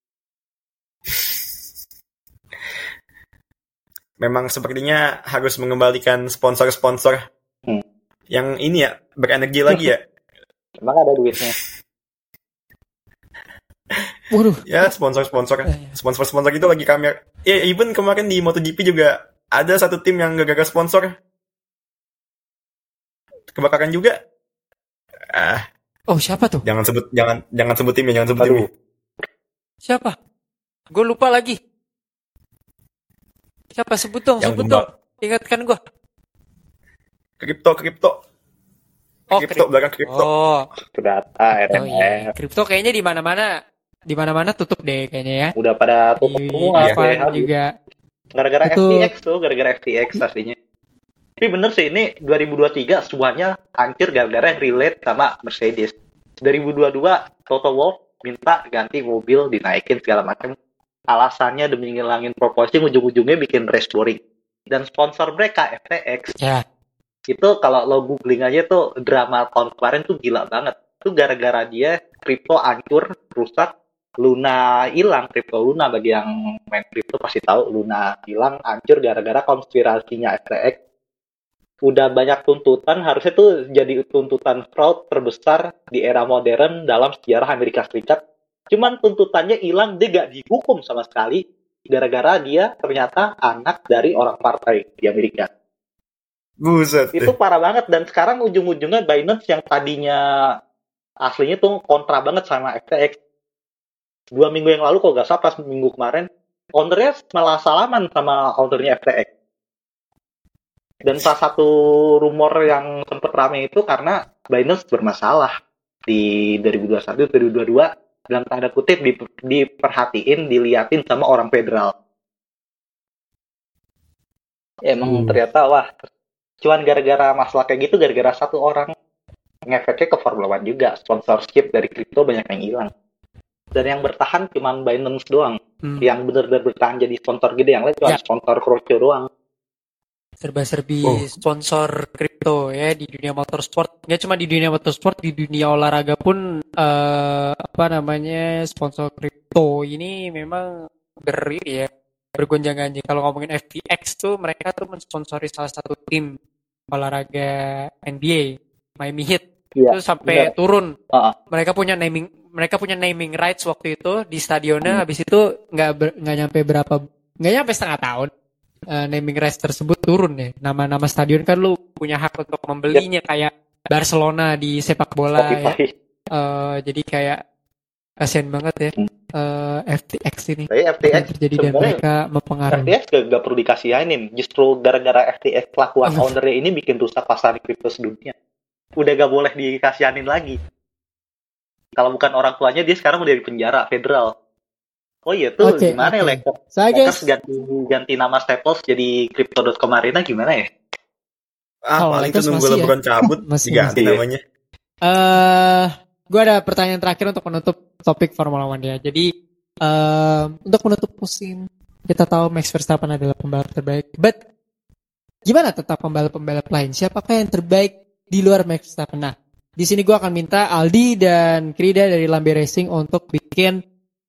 Memang sepertinya harus mengembalikan sponsor-sponsor yang ini ya, berenergi lagi ya. Emang ada duitnya. Waduh. Ya, sponsor itu lagi kamera. Even kemarin di MotoGP juga ada satu tim yang gagal sponsor. kebakaran juga. Oh, siapa tuh? Jangan sebut timnya, jangan sebut timnya. Siapa? Gue lupa lagi. Siapa? Sebut dong. Ingatkan gue. Kripto. Oh, Belakang kripto. Oh, Data, oh iya. RMF. Kripto kayaknya di mana-mana tutup deh kayaknya ya. Udah pada tutup Di semua. Evan habis. juga. Gara-gara Tutup. FTX tuh, gara-gara FTX aslinya. Tapi bener sih, ini 2023 semuanya hancur gara-gara relate sama Mercedes. 2022 Toto Wolff minta ganti mobil, dinaikin segala macam. Alasannya demi ngilangin proporsi, ujung-ujungnya bikin race boring. Dan sponsor mereka FTX. Ya. Itu kalau lo googling aja tuh drama tahun kemarin tuh gila banget. Itu gara-gara dia kripto hancur, rusak, Luna hilang, kripto Luna bagi yang main kripto pasti tahu Luna hilang, hancur gara-gara konspirasinya FTX. Udah banyak tuntutan, harusnya tuh jadi tuntutan fraud terbesar di era modern dalam sejarah Amerika Serikat. Cuman tuntutannya hilang, dia gak dihukum sama sekali gara-gara dia ternyata anak dari orang partai di Amerika. Buset. Itu parah banget, dan sekarang ujung-ujungnya Binance yang tadinya aslinya tuh kontra banget sama FTX. 2 minggu yang lalu kalau nggak salah pas minggu kemarin, ownernya malah salaman sama ownernya FTX. Dan salah satu rumor yang sempat rame itu karena Binance bermasalah di 2021-2022 dalam tanda kutip diperhatiin, diliatin sama orang federal. Emang ternyata wah, cuman gara-gara masalah kayak gitu, gara-gara satu orang, ngefeknya ke Formula One juga. Sponsorship dari kripto banyak yang hilang. Dan yang bertahan cuma Binance doang. Yang benar-benar bertahan jadi sponsor gede. Yang lain cuma sponsor kroco doang. Serba-serbi sponsor kripto ya di dunia motorsport. Nggak cuma di dunia motorsport, di dunia olahraga pun sponsor kripto ini memang bergonjang-ganjing. Kalau ngomongin FTX tuh, mereka tuh mensponsori salah satu tim olahraga NBA, Miami Heat. Itu sampai turun. Mereka punya naming rights waktu itu di stadionnya. Habis itu nggak nyampe setengah tahun. Naming rights tersebut turun ya. Nama-nama stadion kan lu punya hak untuk membelinya kayak Barcelona di sepak bola ya. Jadi kayak kasian banget ya FTX ini. FTX yang terjadi dan mereka mempengaruhi. FTX gak perlu dikasihanin. Justru gara-gara FTX kelakuan ownernya ini bikin rusak pasar kripto sedunia. Udah gak boleh dikasihanin lagi. Kalau bukan orang tuanya, dia sekarang udah di penjara federal. Oh iya tuh, gimana ya Lakers ganti nama Staples jadi Crypto.com Arena gimana ya? Paling itu nunggu LeBron cabut diganti namanya. Gue ada pertanyaan terakhir untuk menutup topik Formula One ya. Jadi untuk menutup musim, kita tahu Max Verstappen adalah pembalap terbaik. But gimana tetap pembalap-pembalap lain? Siapakah yang terbaik di luar Max Verstappen? Nah, di sini gue akan minta Aldi dan Krida dari Lambe Racing untuk bikin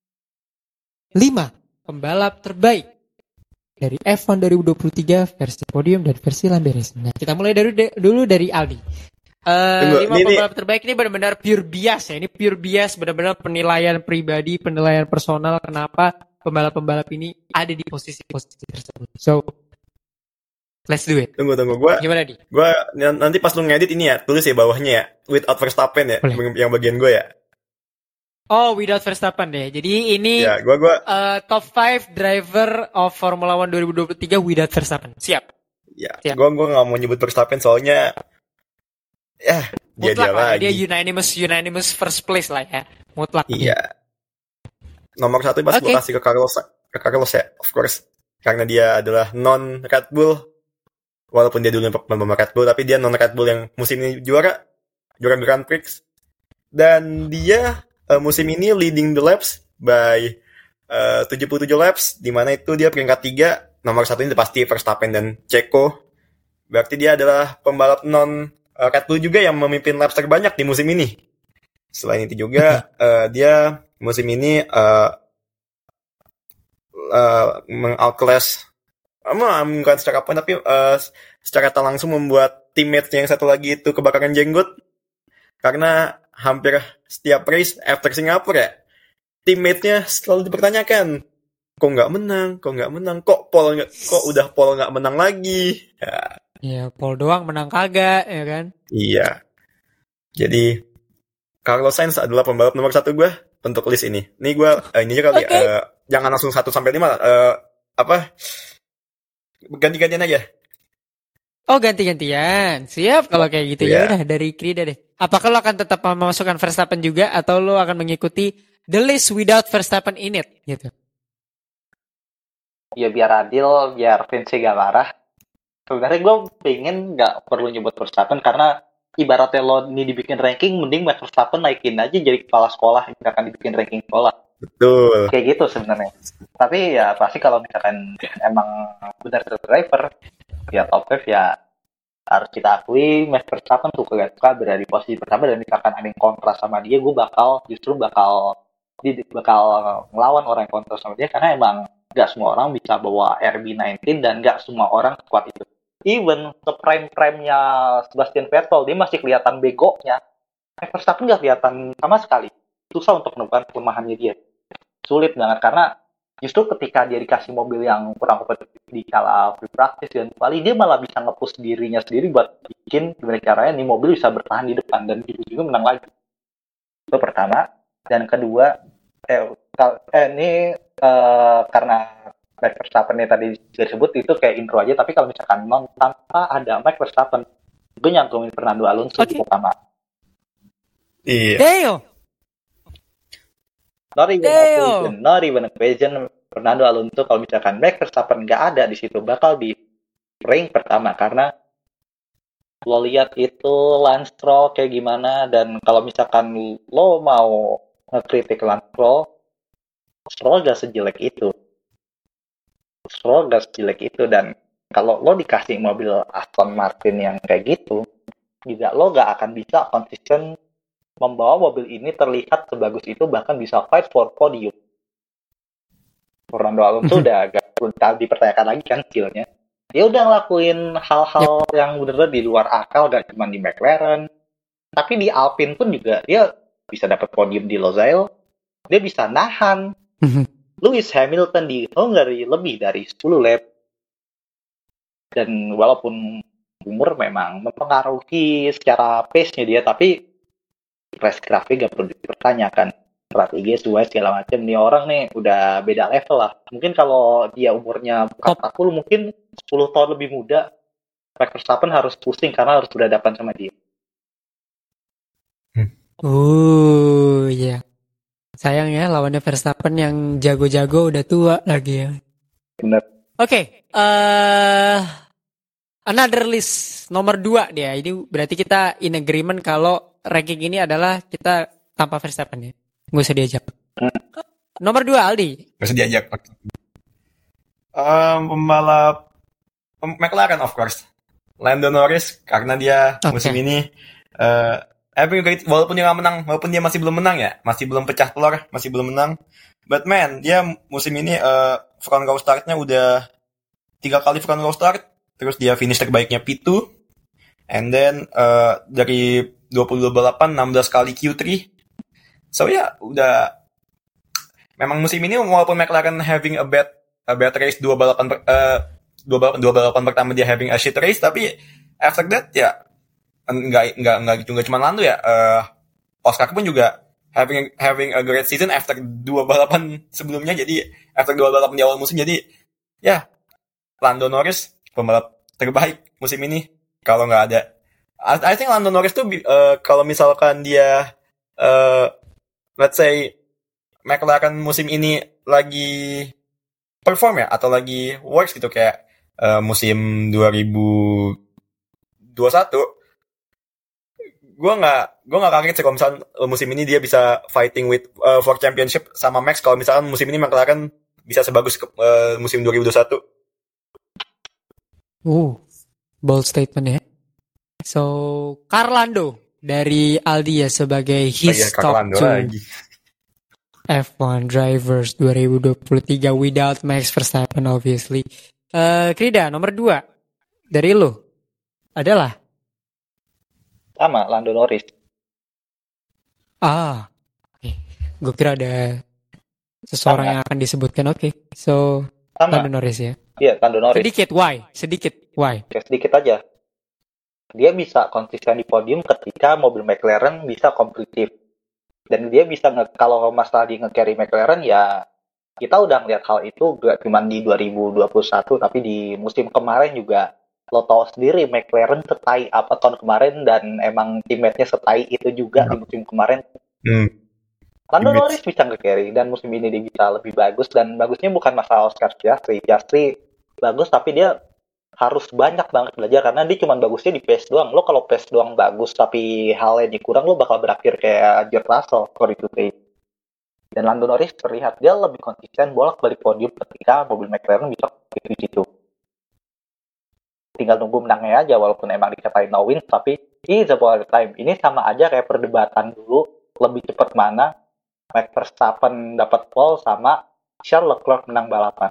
5 pembalap terbaik dari F1 2023 versi podium dan versi Lambe Racing. Nah, kita mulai dulu dari Aldi. 5 pembalap terbaik ini benar-benar pure bias ya. Ini pure bias, benar-benar penilaian pribadi, penilaian personal kenapa pembalap-pembalap ini ada di posisi-posisi tersebut. So, let's do it. Tunggu. Gimana di? Gue nanti pas lu ngedit ini ya, tulis ya bawahnya ya, without Verstappen ya, yang bagian gue ya. Oh, without Verstappen deh. Jadi ini top 5 driver of Formula One 2023 without Verstappen. Siap. Ya, gue nggak mau nyebut Verstappen soalnya dia lagi. Dia unanimous first place lah ya. Mutlak. Iya. Nomor 1 pas gue kasih ke Carlos ya, of course. Karena dia adalah non Red Bull. Walaupun dia dulu pembalap Red Bull, tapi dia non Red Bull yang musim ini juara Grand Prix. Dan dia musim ini leading the laps by 77 laps, di mana itu dia peringkat 3. Nomor 1 ini pasti Verstappen dan Checo. Berarti dia adalah pembalap non Red Bull juga yang memimpin laps terbanyak di musim ini. Selain itu juga dia musim ini meng-outclass, bukan secara poin tapi secara tak langsung membuat teammates-nya yang satu lagi itu kebakaran jenggot. Karena hampir setiap race after Singapura ya, teammate-nya selalu dipertanyakan, kok nggak menang, kok udah Paul nggak menang lagi. Ya, Paul doang menang kagak, ya kan? Iya. Jadi Carlos Sainz adalah pembalap nomor 1 gue untuk list ini. Ini gue ini aja kali. Oke. Jangan langsung 1-5. Apa? Ganti-gantian aja. Oh, ganti-gantian. Siap kalau kayak gitu. Ya Iya. udah dari Krida deh. Apakah lo akan tetap memasukkan Verstappen juga atau lo akan mengikuti the list without Verstappen in it gitu? Ya biar adil, biar Vinci gak marah. Sebenarnya gue pengen nggak perlu nyebut Verstappen karena ibaratnya lo ini dibikin ranking, mending Max Verstappen naikin aja jadi kepala sekolah, misalkan dibikin ranking sekolah. Betul. Kayak gitu sebenarnya. Tapi ya pasti kalau misalkan emang benar driver, ya top 5 ya harus kita akui Max Verstappen tuh gak suka berada di posisi pertama, dan misalkan ada yang kontra sama dia, gue bakal ngelawan orang yang kontra sama dia, karena emang gak semua orang bisa bawa RB19 dan gak semua orang sekuat itu. Even prime-nya Sebastian Vettel, dia masih kelihatan begonya. Max Verstappen gak kelihatan sama sekali. Susah untuk menemukan kelemahannya dia. Sulit banget, karena justru ketika dia dikasih mobil yang kurang kompetitif di kala free practice dan quali, dia malah bisa nge-push dirinya sendiri buat bikin gimana caranya nih mobil bisa bertahan di depan dan juga menang lagi. Itu pertama. Dan kedua, karena Max Verstappen yang tadi disebut itu kayak intro aja, tapi kalau misalkan tanpa ada Max Verstappen, gue nyantumin Fernando Alonso di pertama. Iya. Deo. Not even a question. Fernando Alonso kalau misalkan Max Verstappen nggak ada di situ bakal di rank pertama, karena lo lihat itu Lance Stroll kayak gimana, dan kalau misalkan lo mau ngekritik Lance Stroll gak sejelek itu. Dan kalau lo dikasih mobil Aston Martin yang kayak gitu, juga lo gak akan bisa konsisten membawa mobil ini terlihat sebagus itu, bahkan bisa fight for podium. Fernando Alonso udah gak dipertanyakan lagi kan skillnya. Dia udah ngelakuin hal-hal yang bener-bener di luar akal, gak cuma di McLaren, tapi di Alpine pun juga dia bisa dapat podium di Losail. Dia bisa nahan Lewis Hamilton di Hungary lebih dari 10 lap. Dan walaupun umur memang mempengaruhi secara pace-nya dia, tapi race grafik gak perlu dipertanyakan. Strategi sesuai segala macam, nih orang nih udah beda level lah. Mungkin kalau dia umurnya bukan 40, mungkin 10 tahun lebih muda, Max Verstappen harus pusing karena harus berhadapan sama dia. Iya. Sayang ya lawannya Verstappen yang jago-jago udah tua lagi ya. Bener. Oke, another list nomor 2 dia. Ini berarti kita in agreement kalau ranking ini adalah kita tanpa Verstappen ya. Gak usah diajak. Nomor 2 Aldi. Gak usah diajak. Pembalap McLaren of course. Lando Norris karena dia musim ini walaupun dia nggak menang, walaupun dia masih belum menang ya, masih belum pecah telur, masih belum menang. But man, dia musim ini front row startnya udah 3 kali front row start, terus dia finish terbaiknya P2, and then dari 22 balapan 16 kali Q3. So ya udah, memang musim ini walaupun McLaren having a bad race, dua balapan pertama dia having a shit race, tapi after that ya nggak cuma Lando ya, Oscar pun juga having a great season after 2 balapan sebelumnya. Jadi after 2 balapan di awal musim, jadi ya Lando Norris pembalap terbaik musim ini kalau nggak ada. I think Lando Norris tuh kalau misalkan dia let's say McLaren musim ini lagi perform ya, atau lagi works gitu kayak musim 2021, gue nggak kaget sih kalau misalkan musim ini dia bisa fighting with for championship sama Max, kalau misalkan musim ini McLaren bisa sebagus musim 2021. Bold statement ya. So Carlando dari Aldi ya sebagai his top 2 F1 drivers 2023 without Max Verstappen obviously. Krida nomor 2 dari lo adalah sama Lando Norris. Oke. Gue kira ada seseorang yang akan disebutkan. Oke. So Sama. Lando Norris ya. Iya, Lando Norris. Sedikit why? Ya, sedikit aja. dia bisa konsisten di podium ketika mobil McLaren bisa kompetitif. Dan dia bisa kalau Mas tadi nge-carry McLaren ya kita udah ngeliat hal itu gak cuma di 2021 tapi di musim kemarin juga lo tahu sendiri McLaren setai apa tahun kemarin dan emang teammate-nya setai itu juga di musim kemarin. Lando Norris bisa nge-carry dan musim ini dia bisa lebih bagus dan bagusnya bukan masalah Oscar Piastri. Piastri bagus tapi dia harus banyak banget belajar karena dia cuma bagusnya di pace doang. Lo kalau pace doang bagus tapi hal lainnya kurang lo bakal berakhir kayak George Russell sorry to say. Dan Lando Norris terlihat dia lebih konsisten bolak-balik podium ketika mobil McLaren bisa di situ. Tinggal tunggu menangnya aja walaupun emang dikatain no wins tapi it's about time. Ini sama aja kayak perdebatan dulu lebih cepat mana Max Verstappen dapat pole sama Charles Leclerc menang balapan.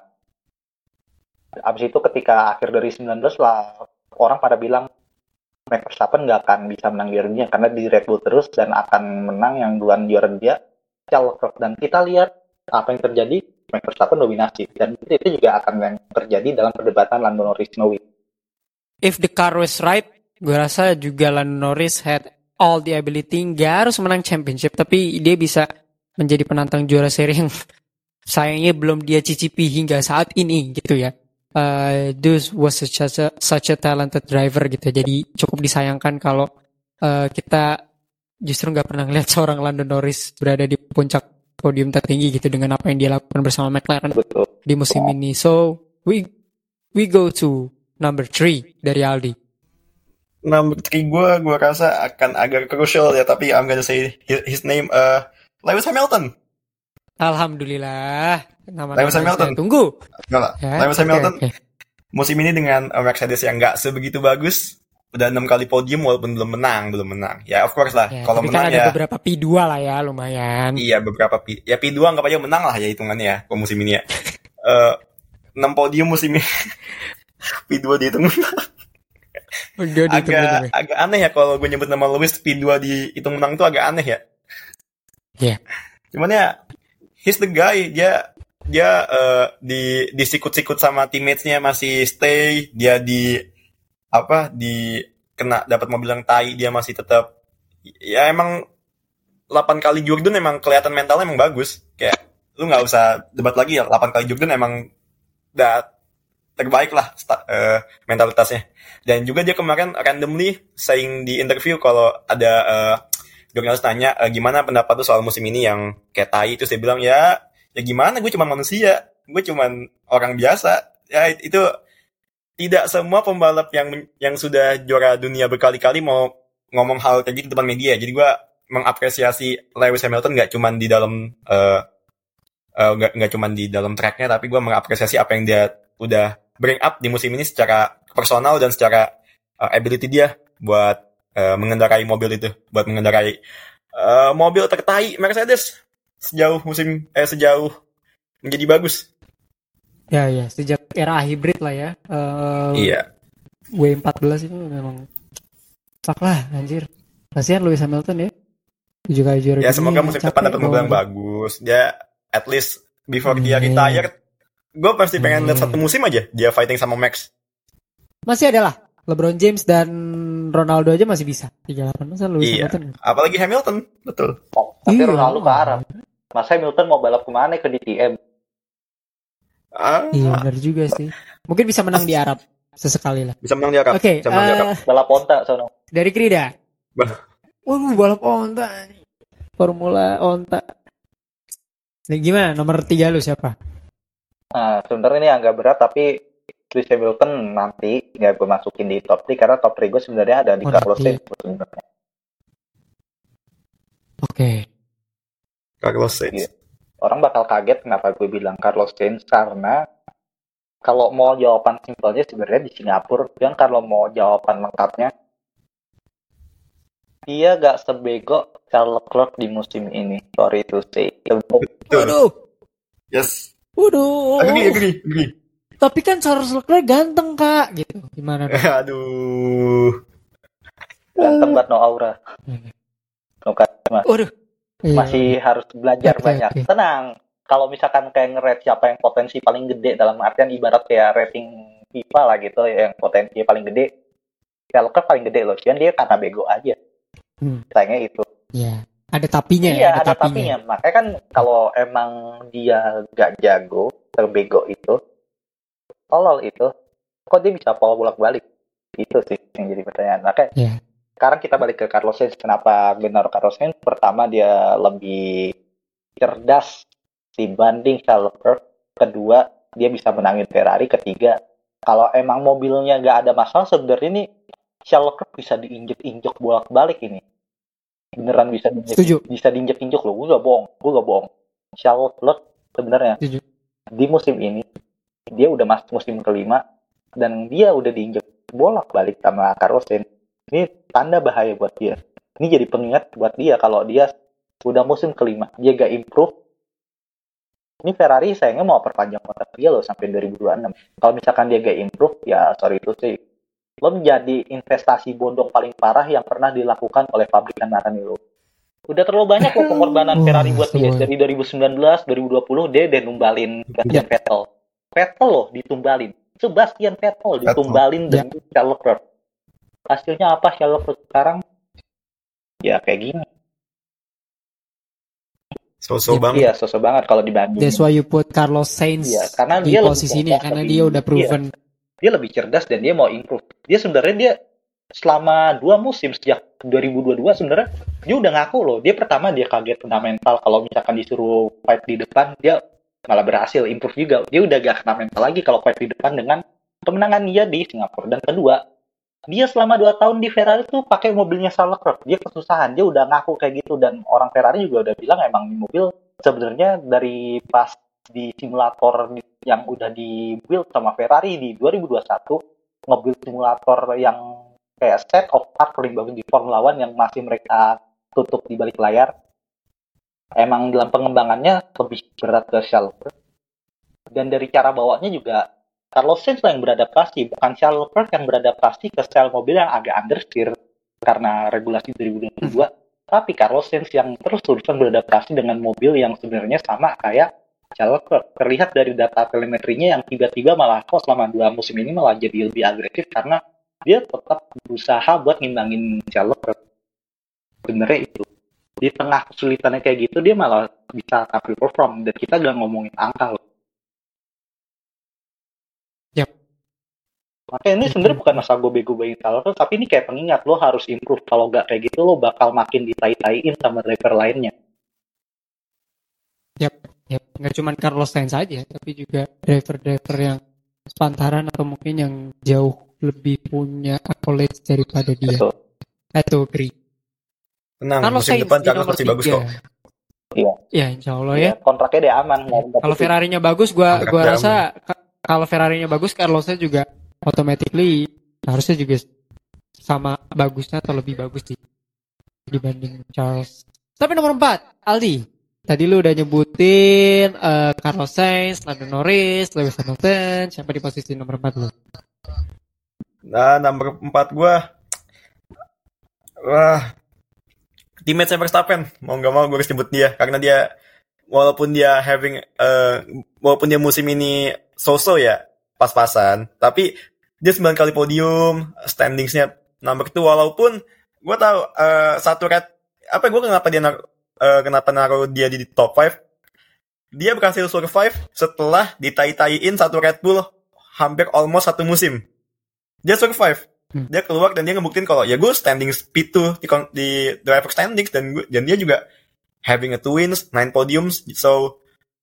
Abis itu ketika akhir dari 19 lah orang pada bilang Max Verstappen nggak akan bisa menang di dunia karena di Red Bull terus dan akan menang yang duluan juara dia Charles Leclerc. Dan kita lihat apa yang terjadi, Max Verstappen dominasi dan itu juga akan yang terjadi dalam perdebatan Lando Norris no win. If the car was right, gue rasa juga Lando Norris had all the ability, nggak harus menang championship tapi dia bisa menjadi penantang juara seri yang sayangnya belum dia cicipi hingga saat ini gitu ya. This was such a talented driver gitu. Jadi cukup disayangkan kalau kita justru nggak pernah lihat seorang Lando Norris berada di puncak podium tertinggi gitu dengan apa yang dia lakukan bersama McLaren di musim ini. So we go to number 3 dari Aldi. Number 3 gue rasa akan agak crucial ya, tapi I'm gonna say his name, Lewis Hamilton. Alhamdulillah. Lewis Hamilton. Tunggu. Lewis Hamilton. Musim ini dengan Mercedes yang nggak sebegitu bagus, udah 6 kali podium walaupun belum menang. Ya of course lah. Ya, kalau menang kan ya. Ada beberapa P2 lah ya, lumayan. Iya beberapa P2 anggap aja menang lah ya hitungannya ya musim ini ya. 6 podium musim ini. P2 dihitung menang. Agak aneh ya kalau gue nyebut nama Lewis P2 dihitung menang itu agak aneh ya. Iya. Cuman ya he's the guy, dia disikut-sikut sama teammates-nya masih stay, dia kena dapat mobil yang tai dia masih tetap ya emang 8 kali Jordan emang kelihatan mentalnya emang bagus. Kayak lu nggak usah debat lagi ya, 8 kali Jordan emang udah terbaik lah mentalitasnya. Dan juga dia kemarin randomly saying di interview kalau ada jurnalis tanya gimana pendapat lu soal musim ini yang kayak tai, terus dia bilang ya gimana, gue cuma manusia, gue cuma orang biasa. Ya itu tidak semua pembalap yang sudah juara dunia berkali-kali mau ngomong hal kayak gitu depan media. Jadi gue mengapresiasi Lewis Hamilton nggak cuma di dalam nggak cuma di dalam tracknya, tapi gue mengapresiasi apa yang dia udah bring up di musim ini secara personal dan secara ability dia buat mengendarai mobil itu, buat mengendarai mobil tertai Mercedes sejauh menjadi bagus. Ya sejak era hybrid lah ya. Iya. W14 itu memang fuck lah anjir. Kasihan Lewis Hamilton ya. 7 kali juara. Ya semoga musim depan dapat mobil yang bagus. Dia at least before dia retire, gue pasti pengen lihat satu musim aja dia fighting sama Max. Masih ada lah. LeBron James dan Ronaldo aja masih bisa 38. Masa Lewis Hamilton? Apalagi Hamilton, betul. Tapi Ronaldo ke Arab. Mas Hamilton mau balap kemana, ke DTM? Iya benar juga sih. Mungkin bisa menang di Arab sesekali lah. Bisa menang di Arab. Oke. Balap onta sono. Dari Krida. Waduh, balap onta. Formula onta. Nah, gimana? Nomor 3 lu siapa? Nah, sebenarnya ini agak berat tapi Lewis Hamilton nanti nggak gue masukin di top 3 karena top 3 gue sebenarnya ada di Carlos Sainz sebenarnya. Oke. Carlos Sainz. Iya. Orang bakal kaget kenapa gue bilang Carlos Sainz karena kalau mau jawaban simpelnya sebenarnya di Singapura, dan kalau mau jawaban lengkapnya dia gak sebego Charles Leclerc di musim ini. Sorry to say. Waduh. Yes. Waduh. Agree. Tapi kan Charles Leclerc ganteng kak, gitu. Gimana dong? Aduh. Ganteng banget, no aura. No karisma. Waduh. Masih harus belajar banyak. Okay. Tenang. Kalau misalkan kayak nge-rate siapa yang potensi paling gede dalam artian ibarat kayak rating FIFA lah gitu, yang potensi paling gede. Charles Leclerc paling gede loh, cuman dia karena bego aja. Sayangnya itu. Iya. Ada tapinya Iya, ya, ada tapinya. Makanya kan kalau emang dia gak jago, terbego itu, tolol itu, kok dia bisa bolak-balik? Itu sih yang jadi pertanyaan. Makanya sekarang kita balik ke Carlos Sainz. Kenapa benar Carlos Sainz? Pertama, dia lebih cerdas dibanding Charles Leclerc. Kedua, dia bisa menangin Ferrari. Ketiga, kalau emang mobilnya gak ada masalah, sebenarnya ini Charles Leclerc bisa diinjek-injek bolak-balik ini. Beneran bisa diinjek-injek loh. Gue gak bohong. Charles Leclerc sebenarnya di musim ini dia udah masuk musim kelima dan dia udah diinjek bolak-balik sama Carlos Sainz. Ini tanda bahaya buat dia. Ini jadi pengingat buat dia kalau dia udah musim kelima dia gak improve. Ini Ferrari sayangnya mau perpanjang kontrak dia loh sampai 2026. Kalau misalkan dia gak improve, ya sorry itu sih, lo menjadi investasi bodong paling parah yang pernah dilakukan oleh pabrikan Maranello. Udah terlalu banyak loh pengorbanan Ferrari buat dia. Dari 2019, 2020 dia udah numbalin Sebastian Vettel. Vettel loh ditumbalin. Sebastian Vettel ditumbalin demi Charles Leclerc. Hasilnya apa Charles Leclerc sekarang? Ya kayak gini. So-so banget. Iya, so-so banget kalau dibanding. That's why you put Carlos Sainz karena di dia posisi ini karena dia udah proven. Dia lebih cerdas dan dia mau improve. Dia sebenarnya selama 2 musim sejak 2022 sebenarnya dia udah ngaku loh. Dia pertama dia kaget fundamental, kalau misalkan disuruh fight di depan dia malah berhasil improve juga. Dia udah gak kena mental lagi kalau fight di depan dengan kemenangan dia di Singapura. Dan kedua, dia selama 2 tahun di Ferrari tuh pakai mobilnya Charles Leclerc. Dia kesusahan, dia udah ngaku kayak gitu. Dan orang Ferrari juga udah bilang emang mobil sebenarnya dari pas di simulator yang udah di-build sama Ferrari di 2021, nge-build simulator yang kayak set of art paling bagus di Formula One yang masih mereka tutup di balik layar. Emang dalam pengembangannya lebih berat ke Charles Leclerc. Dan dari cara bawanya juga Carlos Sainz yang beradaptasi, bukan Charles Leclerc yang beradaptasi ke style mobil yang agak understeer karena regulasi 2022. Tapi Carlos Sainz yang terus-terusan beradaptasi dengan mobil yang sebenarnya sama kayak Charles Leclerc. Terlihat dari data telemetrinya yang tiba-tiba malah kok selama 2 musim ini malah jadi lebih agresif karena dia tetap berusaha buat ngimbangin Charles Leclerc. Sebenarnya itu. Di tengah kesulitannya kayak gitu, dia malah bisa tampil perform. Dan kita gak ngomongin angka loh. Makanya ini sebenarnya bukan masalah gue bego-begoin Charles Leclerc, tapi ini kayak pengingat, lo harus improve. Kalau gak kayak gitu, lo bakal makin ditai-taiin sama driver lainnya. Yap. Nggak cuma Carlos Sainz saja, tapi juga driver-driver yang sepantaran atau mungkin yang jauh lebih punya accolades daripada dia. Itu agree. Tenang, musim depan Carlos masih bagus kok. Iya, insya Allah ya. Kontraknya dia aman. Kalau Ferrari-nya bagus, gua rasa kalau Ferrari-nya bagus, Carlosnya juga automatically harusnya juga sama bagusnya atau lebih bagus sih dibanding Charles. Tapi nomor 4, Aldi. Tadi lu udah nyebutin Carlos Sainz, Lando Norris, Lewis Hamilton. Siapa di posisi nomor 4 lu? Nah, nomor 4 gue teammate Verstappen. Mau gak mau gue harus nyebut dia. Karena dia, walaupun dia musim ini so-so ya, pas-pasan. Tapi dia 9 kali podium, standingsnya number 2. Walaupun gue tahu kenapa naruh dia di top 5. Dia berhasil survive setelah ditai-taiin satu Red Bull hampir almost 1 musim. Dia survive. Dia keluar dan dia ngebuktiin kalau ya gue standing P2 di driver standings dan dia juga having a 2 wins, 9 podiums. So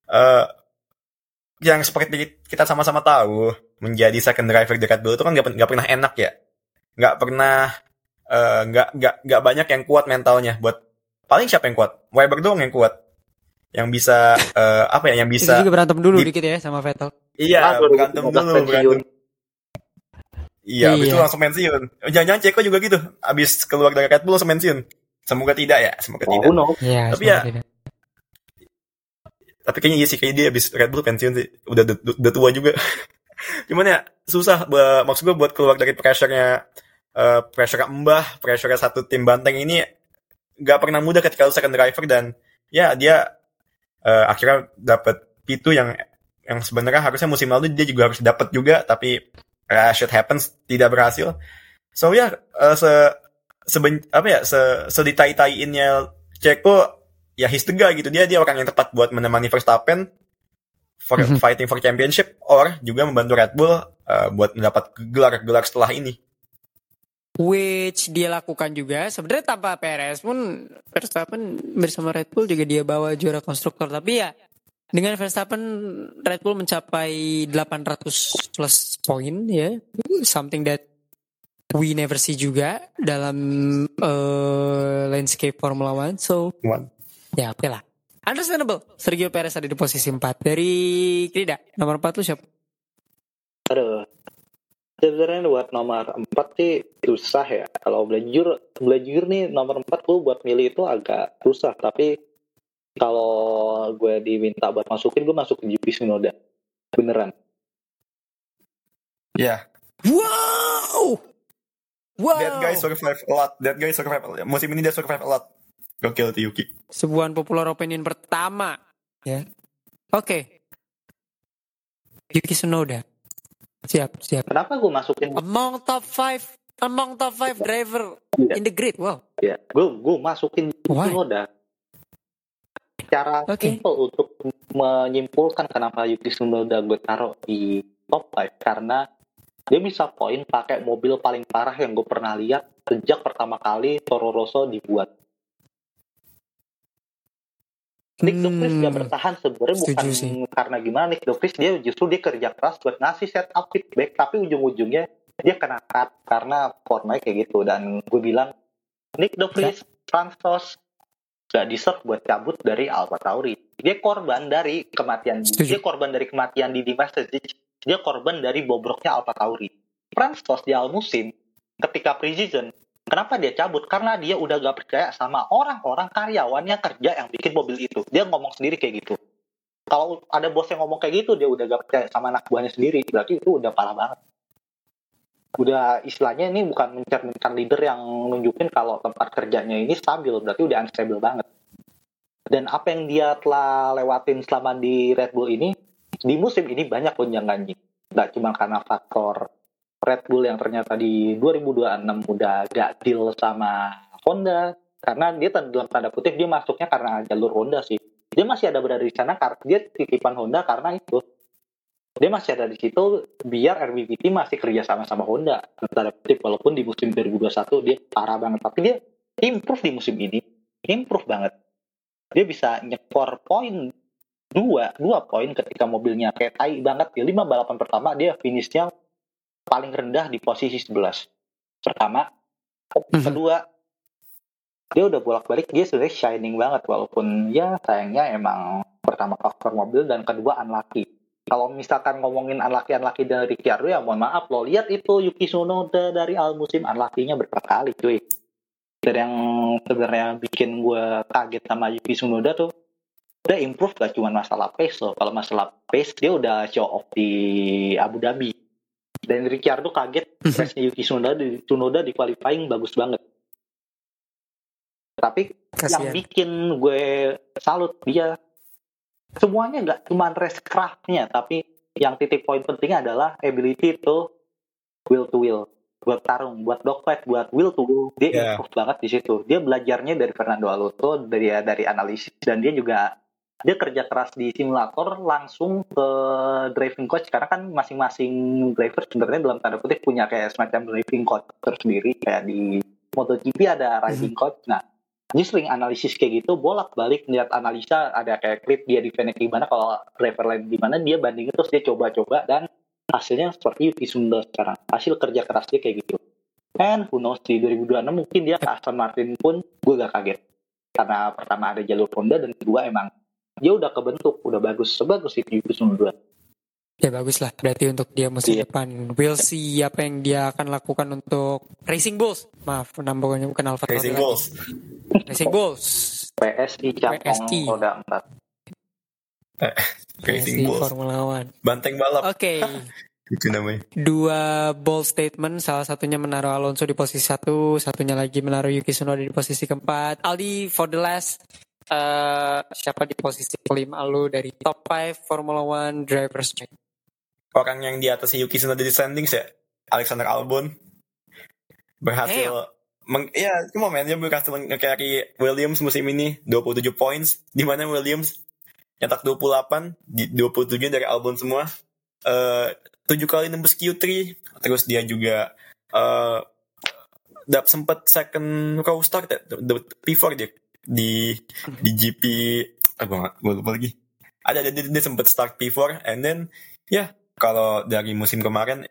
yang seperti kita sama-sama tahu, menjadi second driver di Red Bull itu kan gak pernah enak ya. Gak pernah gak banyak yang kuat mentalnya. Buat paling siapa yang kuat? Weber doang yang kuat. Yang bisa yang bisa. Itu juga berantem dulu dikit ya sama Vettel. Iya, berantem dulu. Iya, abis itu langsung pensiun. Jangan-jangan Ceko juga gitu. Abis keluar dari Red Bull langsung pensiun. Semoga tidak ya, tidak. Ya, tapi ya, tidak. Tapi kayaknya kayaknya dia abis Red Bull pensiun sih. Udah tua juga. Cuman ya, susah. Maksud gue buat keluar dari pressure-nya Mbah, pressure-nya satu tim banteng ini gak pernah mudah ketika lu second driver. Dan ya, dia akhirnya dapat P2 yang sebenarnya harusnya musim lalu dia juga harus dapat juga, tapi shit happens, tidak berhasil. So ya, seditai-taiinnya Ceko, ya he's the guy gitu. Dia orang yang tepat buat menemani Verstappen fighting for championship, or juga membantu Red Bull buat mendapat gelar-gelar setelah ini. Which dia lakukan juga. Sebenarnya tanpa Perez pun Verstappen bersama Red Bull juga dia bawa juara konstruktor. Tapi ya dengan Verstappen Red Bull mencapai 800 plus poin ya. Something that we never see juga dalam landscape Formula One. So ya oke lah. Understandable. Sergio Perez ada di posisi 4. Dari Krida, nomor 4 lu siapa? Aduh, sebenarnya buat nomor 4 sih susah ya. Kalau belajar nih nomor 4 gue buat milih itu agak susah. Tapi kalau gue diminta buat masukin, gue masukin Yuki Tsunoda. Beneran. Ya. Wow. That guy survive a lot. Musim ini dia survive a lot. Gokil tuh Yuki. Sebuah popular opinion pertama. Ya. Oke. Yuki Tsunoda. Siap. Kenapa gue masukin? Among top 5 driver in the grid. Wow. Ya, gue masukin Yuki Tsunoda. Cara simple untuk menyimpulkan kenapa Yuki Tsunoda gue taruh di top 5 karena dia bisa poin pakai mobil paling parah yang gue pernah lihat sejak pertama kali Toro Rosso dibuat. Nick De Vries gak bertahan sebenarnya bukan karena gimana. Nick De Vries dia kerja keras buat ngasih setup feedback, tapi ujung-ujungnya dia kena cut karena formanya kayak gitu. Dan gue bilang Nick De Vries, Franz Tost gak deserve buat cabut dari AlphaTauri. Dia korban dari kematian Didi Mastić. Dia korban dari bobroknya AlphaTauri. Franz Tost di awal musim ketika pre-season, kenapa dia cabut? Karena dia udah gak percaya sama orang-orang karyawannya kerja yang bikin mobil itu. Dia ngomong sendiri kayak gitu. Kalau ada bos yang ngomong kayak gitu, dia udah gak percaya sama anak buahnya sendiri. Berarti itu udah parah banget. Udah istilahnya ini bukan mencerminkan leader yang nunjukin kalau tempat kerjanya ini stabil. Berarti udah unstable banget. Dan apa yang dia telah lewatin selama di Red Bull ini, di musim ini banyak gonjang-ganjing. Gak cuma karena faktor Red Bull yang ternyata di 2026 udah gak deal sama Honda, karena dia dalam tanda kutip dia masuknya karena jalur Honda sih. Dia masih ada berada di sana karena dia titipan Honda karena itu. Dia masih ada di situ biar RBBT masih kerja sama Honda. Dalam tanda kutip, walaupun di musim 2021 dia parah banget, tapi dia improve di musim ini. Improve banget. Dia bisa nyekor poin 2 poin ketika mobilnya kayak tai banget. Di 5 balapan pertama dia finishnya paling rendah di posisi 11 pertama. Kedua, dia udah bolak-balik, dia sebenarnya shining banget walaupun ya sayangnya emang pertama faktor mobil dan kedua unlucky. Kalau misalkan ngomongin unlucky dari Ricciardo ya mohon maaf lo lihat itu Yuki Tsunoda dari awal musim unlucky-nya berapa kali cuy. Dan yang sebenarnya bikin gue kaget sama Yuki Tsunoda tuh udah improve gak cuma masalah pace loh. Kalau masalah pace dia udah show off di Abu Dhabi. Dan Ricciardo kaget race-nya Yuki Tsunoda di qualifying bagus banget. Tapi yang bikin gue salut dia semuanya gak cuma race craft-nya, tapi yang titik poin pentingnya adalah ability to will to will, buat tarung, buat dogfight, buat will to will. Dia improve banget di situ. Dia belajarnya dari Fernando Alonso, dari analisis, dan dia kerja keras di simulator langsung ke driving coach karena kan masing-masing driver sebenarnya dalam tanda kutip punya kayak semacam driving coach tersendiri. Kayak di MotoGP ada riding coach. Nah, dia sering analisis kayak gitu, bolak-balik lihat analisa, ada kayak klip dia defend gimana, kalau driver lain gimana, dia bandingin terus dia coba-coba dan hasilnya seperti Yuki Tsunoda sekarang. Hasil kerja keras dia kayak gitu. And who knows di 2026 mungkin dia ke Aston Martin pun gue gak kaget. Karena pertama ada jalur Honda dan kedua emang dia udah kebentuk, udah sebagus itu Yuki Tsunoda. Ya bagus lah, berarti untuk dia musim depan. We'll see apa yang dia akan lakukan untuk Racing Bulls. Maaf, namanya bukan Alfa Racing Bulls. Racing Bulls. PSI cabang roda 4. Racing Bulls. Formula One. Banteng balap. Oke. Itu namanya. 2 bold statement, salah satunya menaruh Alonso di posisi 1, satunya lagi menaruh Yuki Tsunoda di posisi keempat. Aldi, for the last siapa di posisi kelima lu dari top 5 Formula One drivers? Orang yang di atas Yuki Tsunoda di standings ya, Alexander Albon. berhasil cuma dia berhasil nge-carry Williams musim ini 27 points, di mana Williams nyetak 28 di 27 dari Albon semua. 7 kali nembus Q3, terus dia juga sempat second row start P4 dia di GP. Gue lupa lagi. Dia sempat start P4 and then kalau dari musim kemarin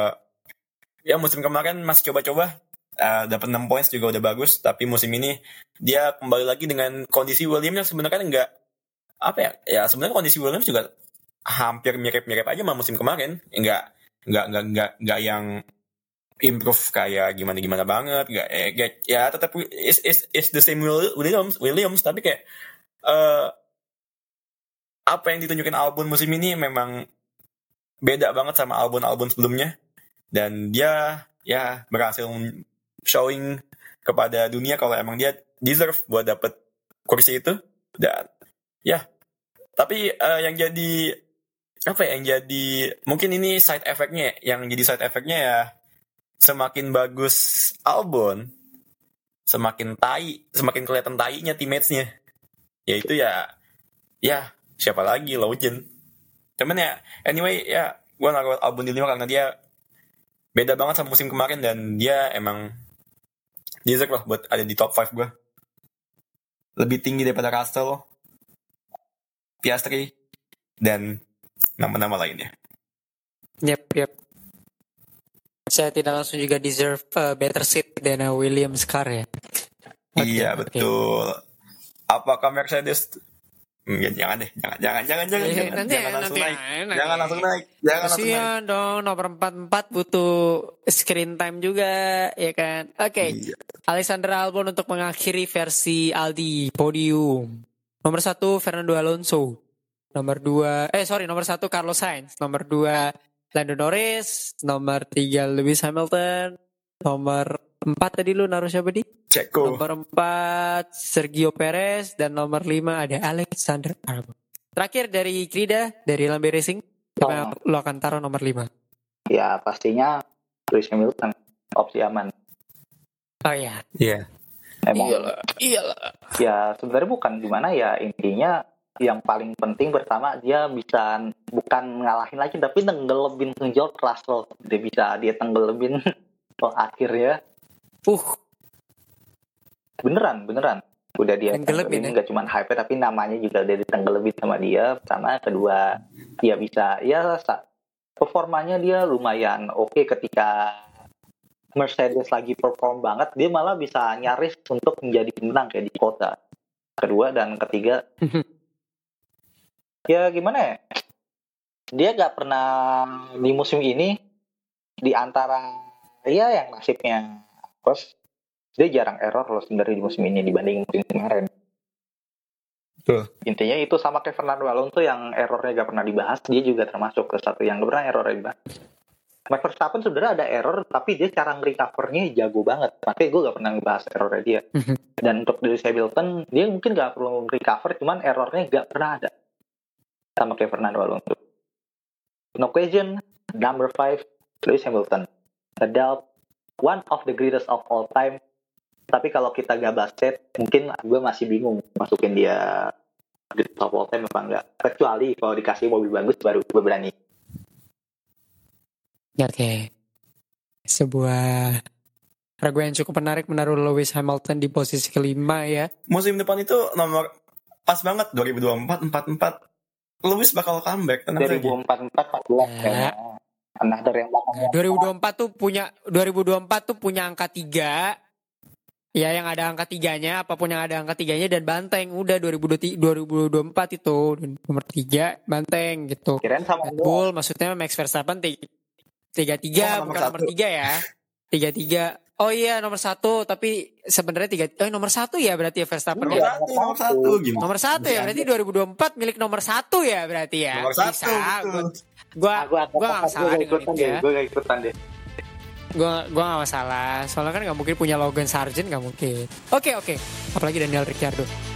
masih coba-coba dapat 6 points juga udah bagus, tapi musim ini dia kembali lagi dengan kondisi Williams yang sebenarnya enggak sebenarnya kondisi Williams juga hampir mirip-mirip aja sama musim kemarin, enggak yang improve kayak gimana banget, tetap is the same Williams, tapi kayak apa yang ditunjukin Albon musim ini memang beda banget sama Albon sebelumnya, dan dia berhasil showing kepada dunia kalau emang dia deserve buat dapet kursi itu. Dan tapi yang jadi mungkin ini side effect-nya, semakin bagus Albon, semakin kelihatan tainya teammates-nya, yaitu siapa lagi, Login. Cuman anyway gue naruh Albon di 5 karena dia beda banget sama musim kemarin, dan dia emang deserve lah buat ada di top 5 gue. Lebih tinggi daripada Russell, Piastri, dan nama-nama lainnya. Yep. Saya tidak langsung juga deserve better seat dan Williams car ya. Iya, betul. Apakah Mercedes? Jangan langsung naik. Kasian dong, nomor 44 butuh screen time juga, ya kan? Oke. Iya. Alexander Albon untuk mengakhiri versi Aldi podium. Nomor 1 Fernando Alonso. Nomor 1 Carlos Sainz. Nomor 2 Lando Norris. Nomor 3 Lewis Hamilton. Nomor 4 tadi lu naruh siapa di? Ceko. Nomor 4 Sergio Perez, dan nomor 5 ada Alexander Albon. Terakhir dari Krida, dari Lambe Racing, siapa lo akan taruh nomor 5? Ya pastinya Lewis Hamilton, opsi aman. Oh iya. Iya. Iyalah. Ya sebenarnya bukan gimana ya, intinya yang paling penting pertama dia bisa bukan ngalahin lagi tapi tenggelamin George Russell. Dia tenggelamin akhirnya. Beneran udah dia tenggelamin, nggak cuma hype tapi namanya juga udah ditenggelamin sama dia. Pertama, kedua dia bisa performanya dia lumayan oke ketika Mercedes lagi perform banget, dia malah bisa nyaris untuk menjadi pemenang kayak di kota. Kedua dan ketiga ya gimana ya, dia nggak pernah di musim ini di antara yang nasibnya terus dia jarang error loh sebenarnya di musim ini dibanding musim kemarin. Betul. Intinya itu sama kayak Fernando Alonso yang errornya gak pernah dibahas, dia juga termasuk ke satu yang gak pernah errornya dibahas. Max Verstappen sebenarnya ada error tapi dia cara nge-recovernya jago banget, makanya gue gak pernah ngebahas errornya dia. Dan untuk Lewis Hamilton dia mungkin gak perlu recover, cuman errornya gak pernah ada sama kayak Fernando Alonso. No question, number 5 Lewis Hamilton, adult, one of the greatest of all time. Tapi kalau kita gak basket, mungkin gue masih bingung masukin dia di top all time apa enggak. Kecuali kalau dikasih mobil bagus baru gue berani. Oke. Sebuah raguan yang cukup menarik menaruh Lewis Hamilton di posisi kelima ya. Musim depan itu nomor pas banget 2024 44. Lewis bakal comeback 2024 14 ya. Nah dari yang belakang. 2024 tuh punya angka 3. Ya yang ada angka 3-nya, apapun yang ada angka 3-nya, dan banteng udah 2024 itu nomor 3 banteng gitu. Kirain sama Red Bull maksudnya Max Verstappen 33 bukan nomor 3 ya. 33. Oh iya nomor 1 tapi sebenarnya nomor 1 ya berarti ya Verstappen ya. Nomor 1 gimana? Nomor 1 ya berarti 2024 milik nomor 1 ya berarti ya. Nomor 1 bisa. Gua enggak salah dengan itu ya. Gue gak ikutan deh. Gua gak masalah, soalnya kan gak mungkin punya Logan Sargent, gak mungkin. Oke. Apalagi Daniel Ricciardo.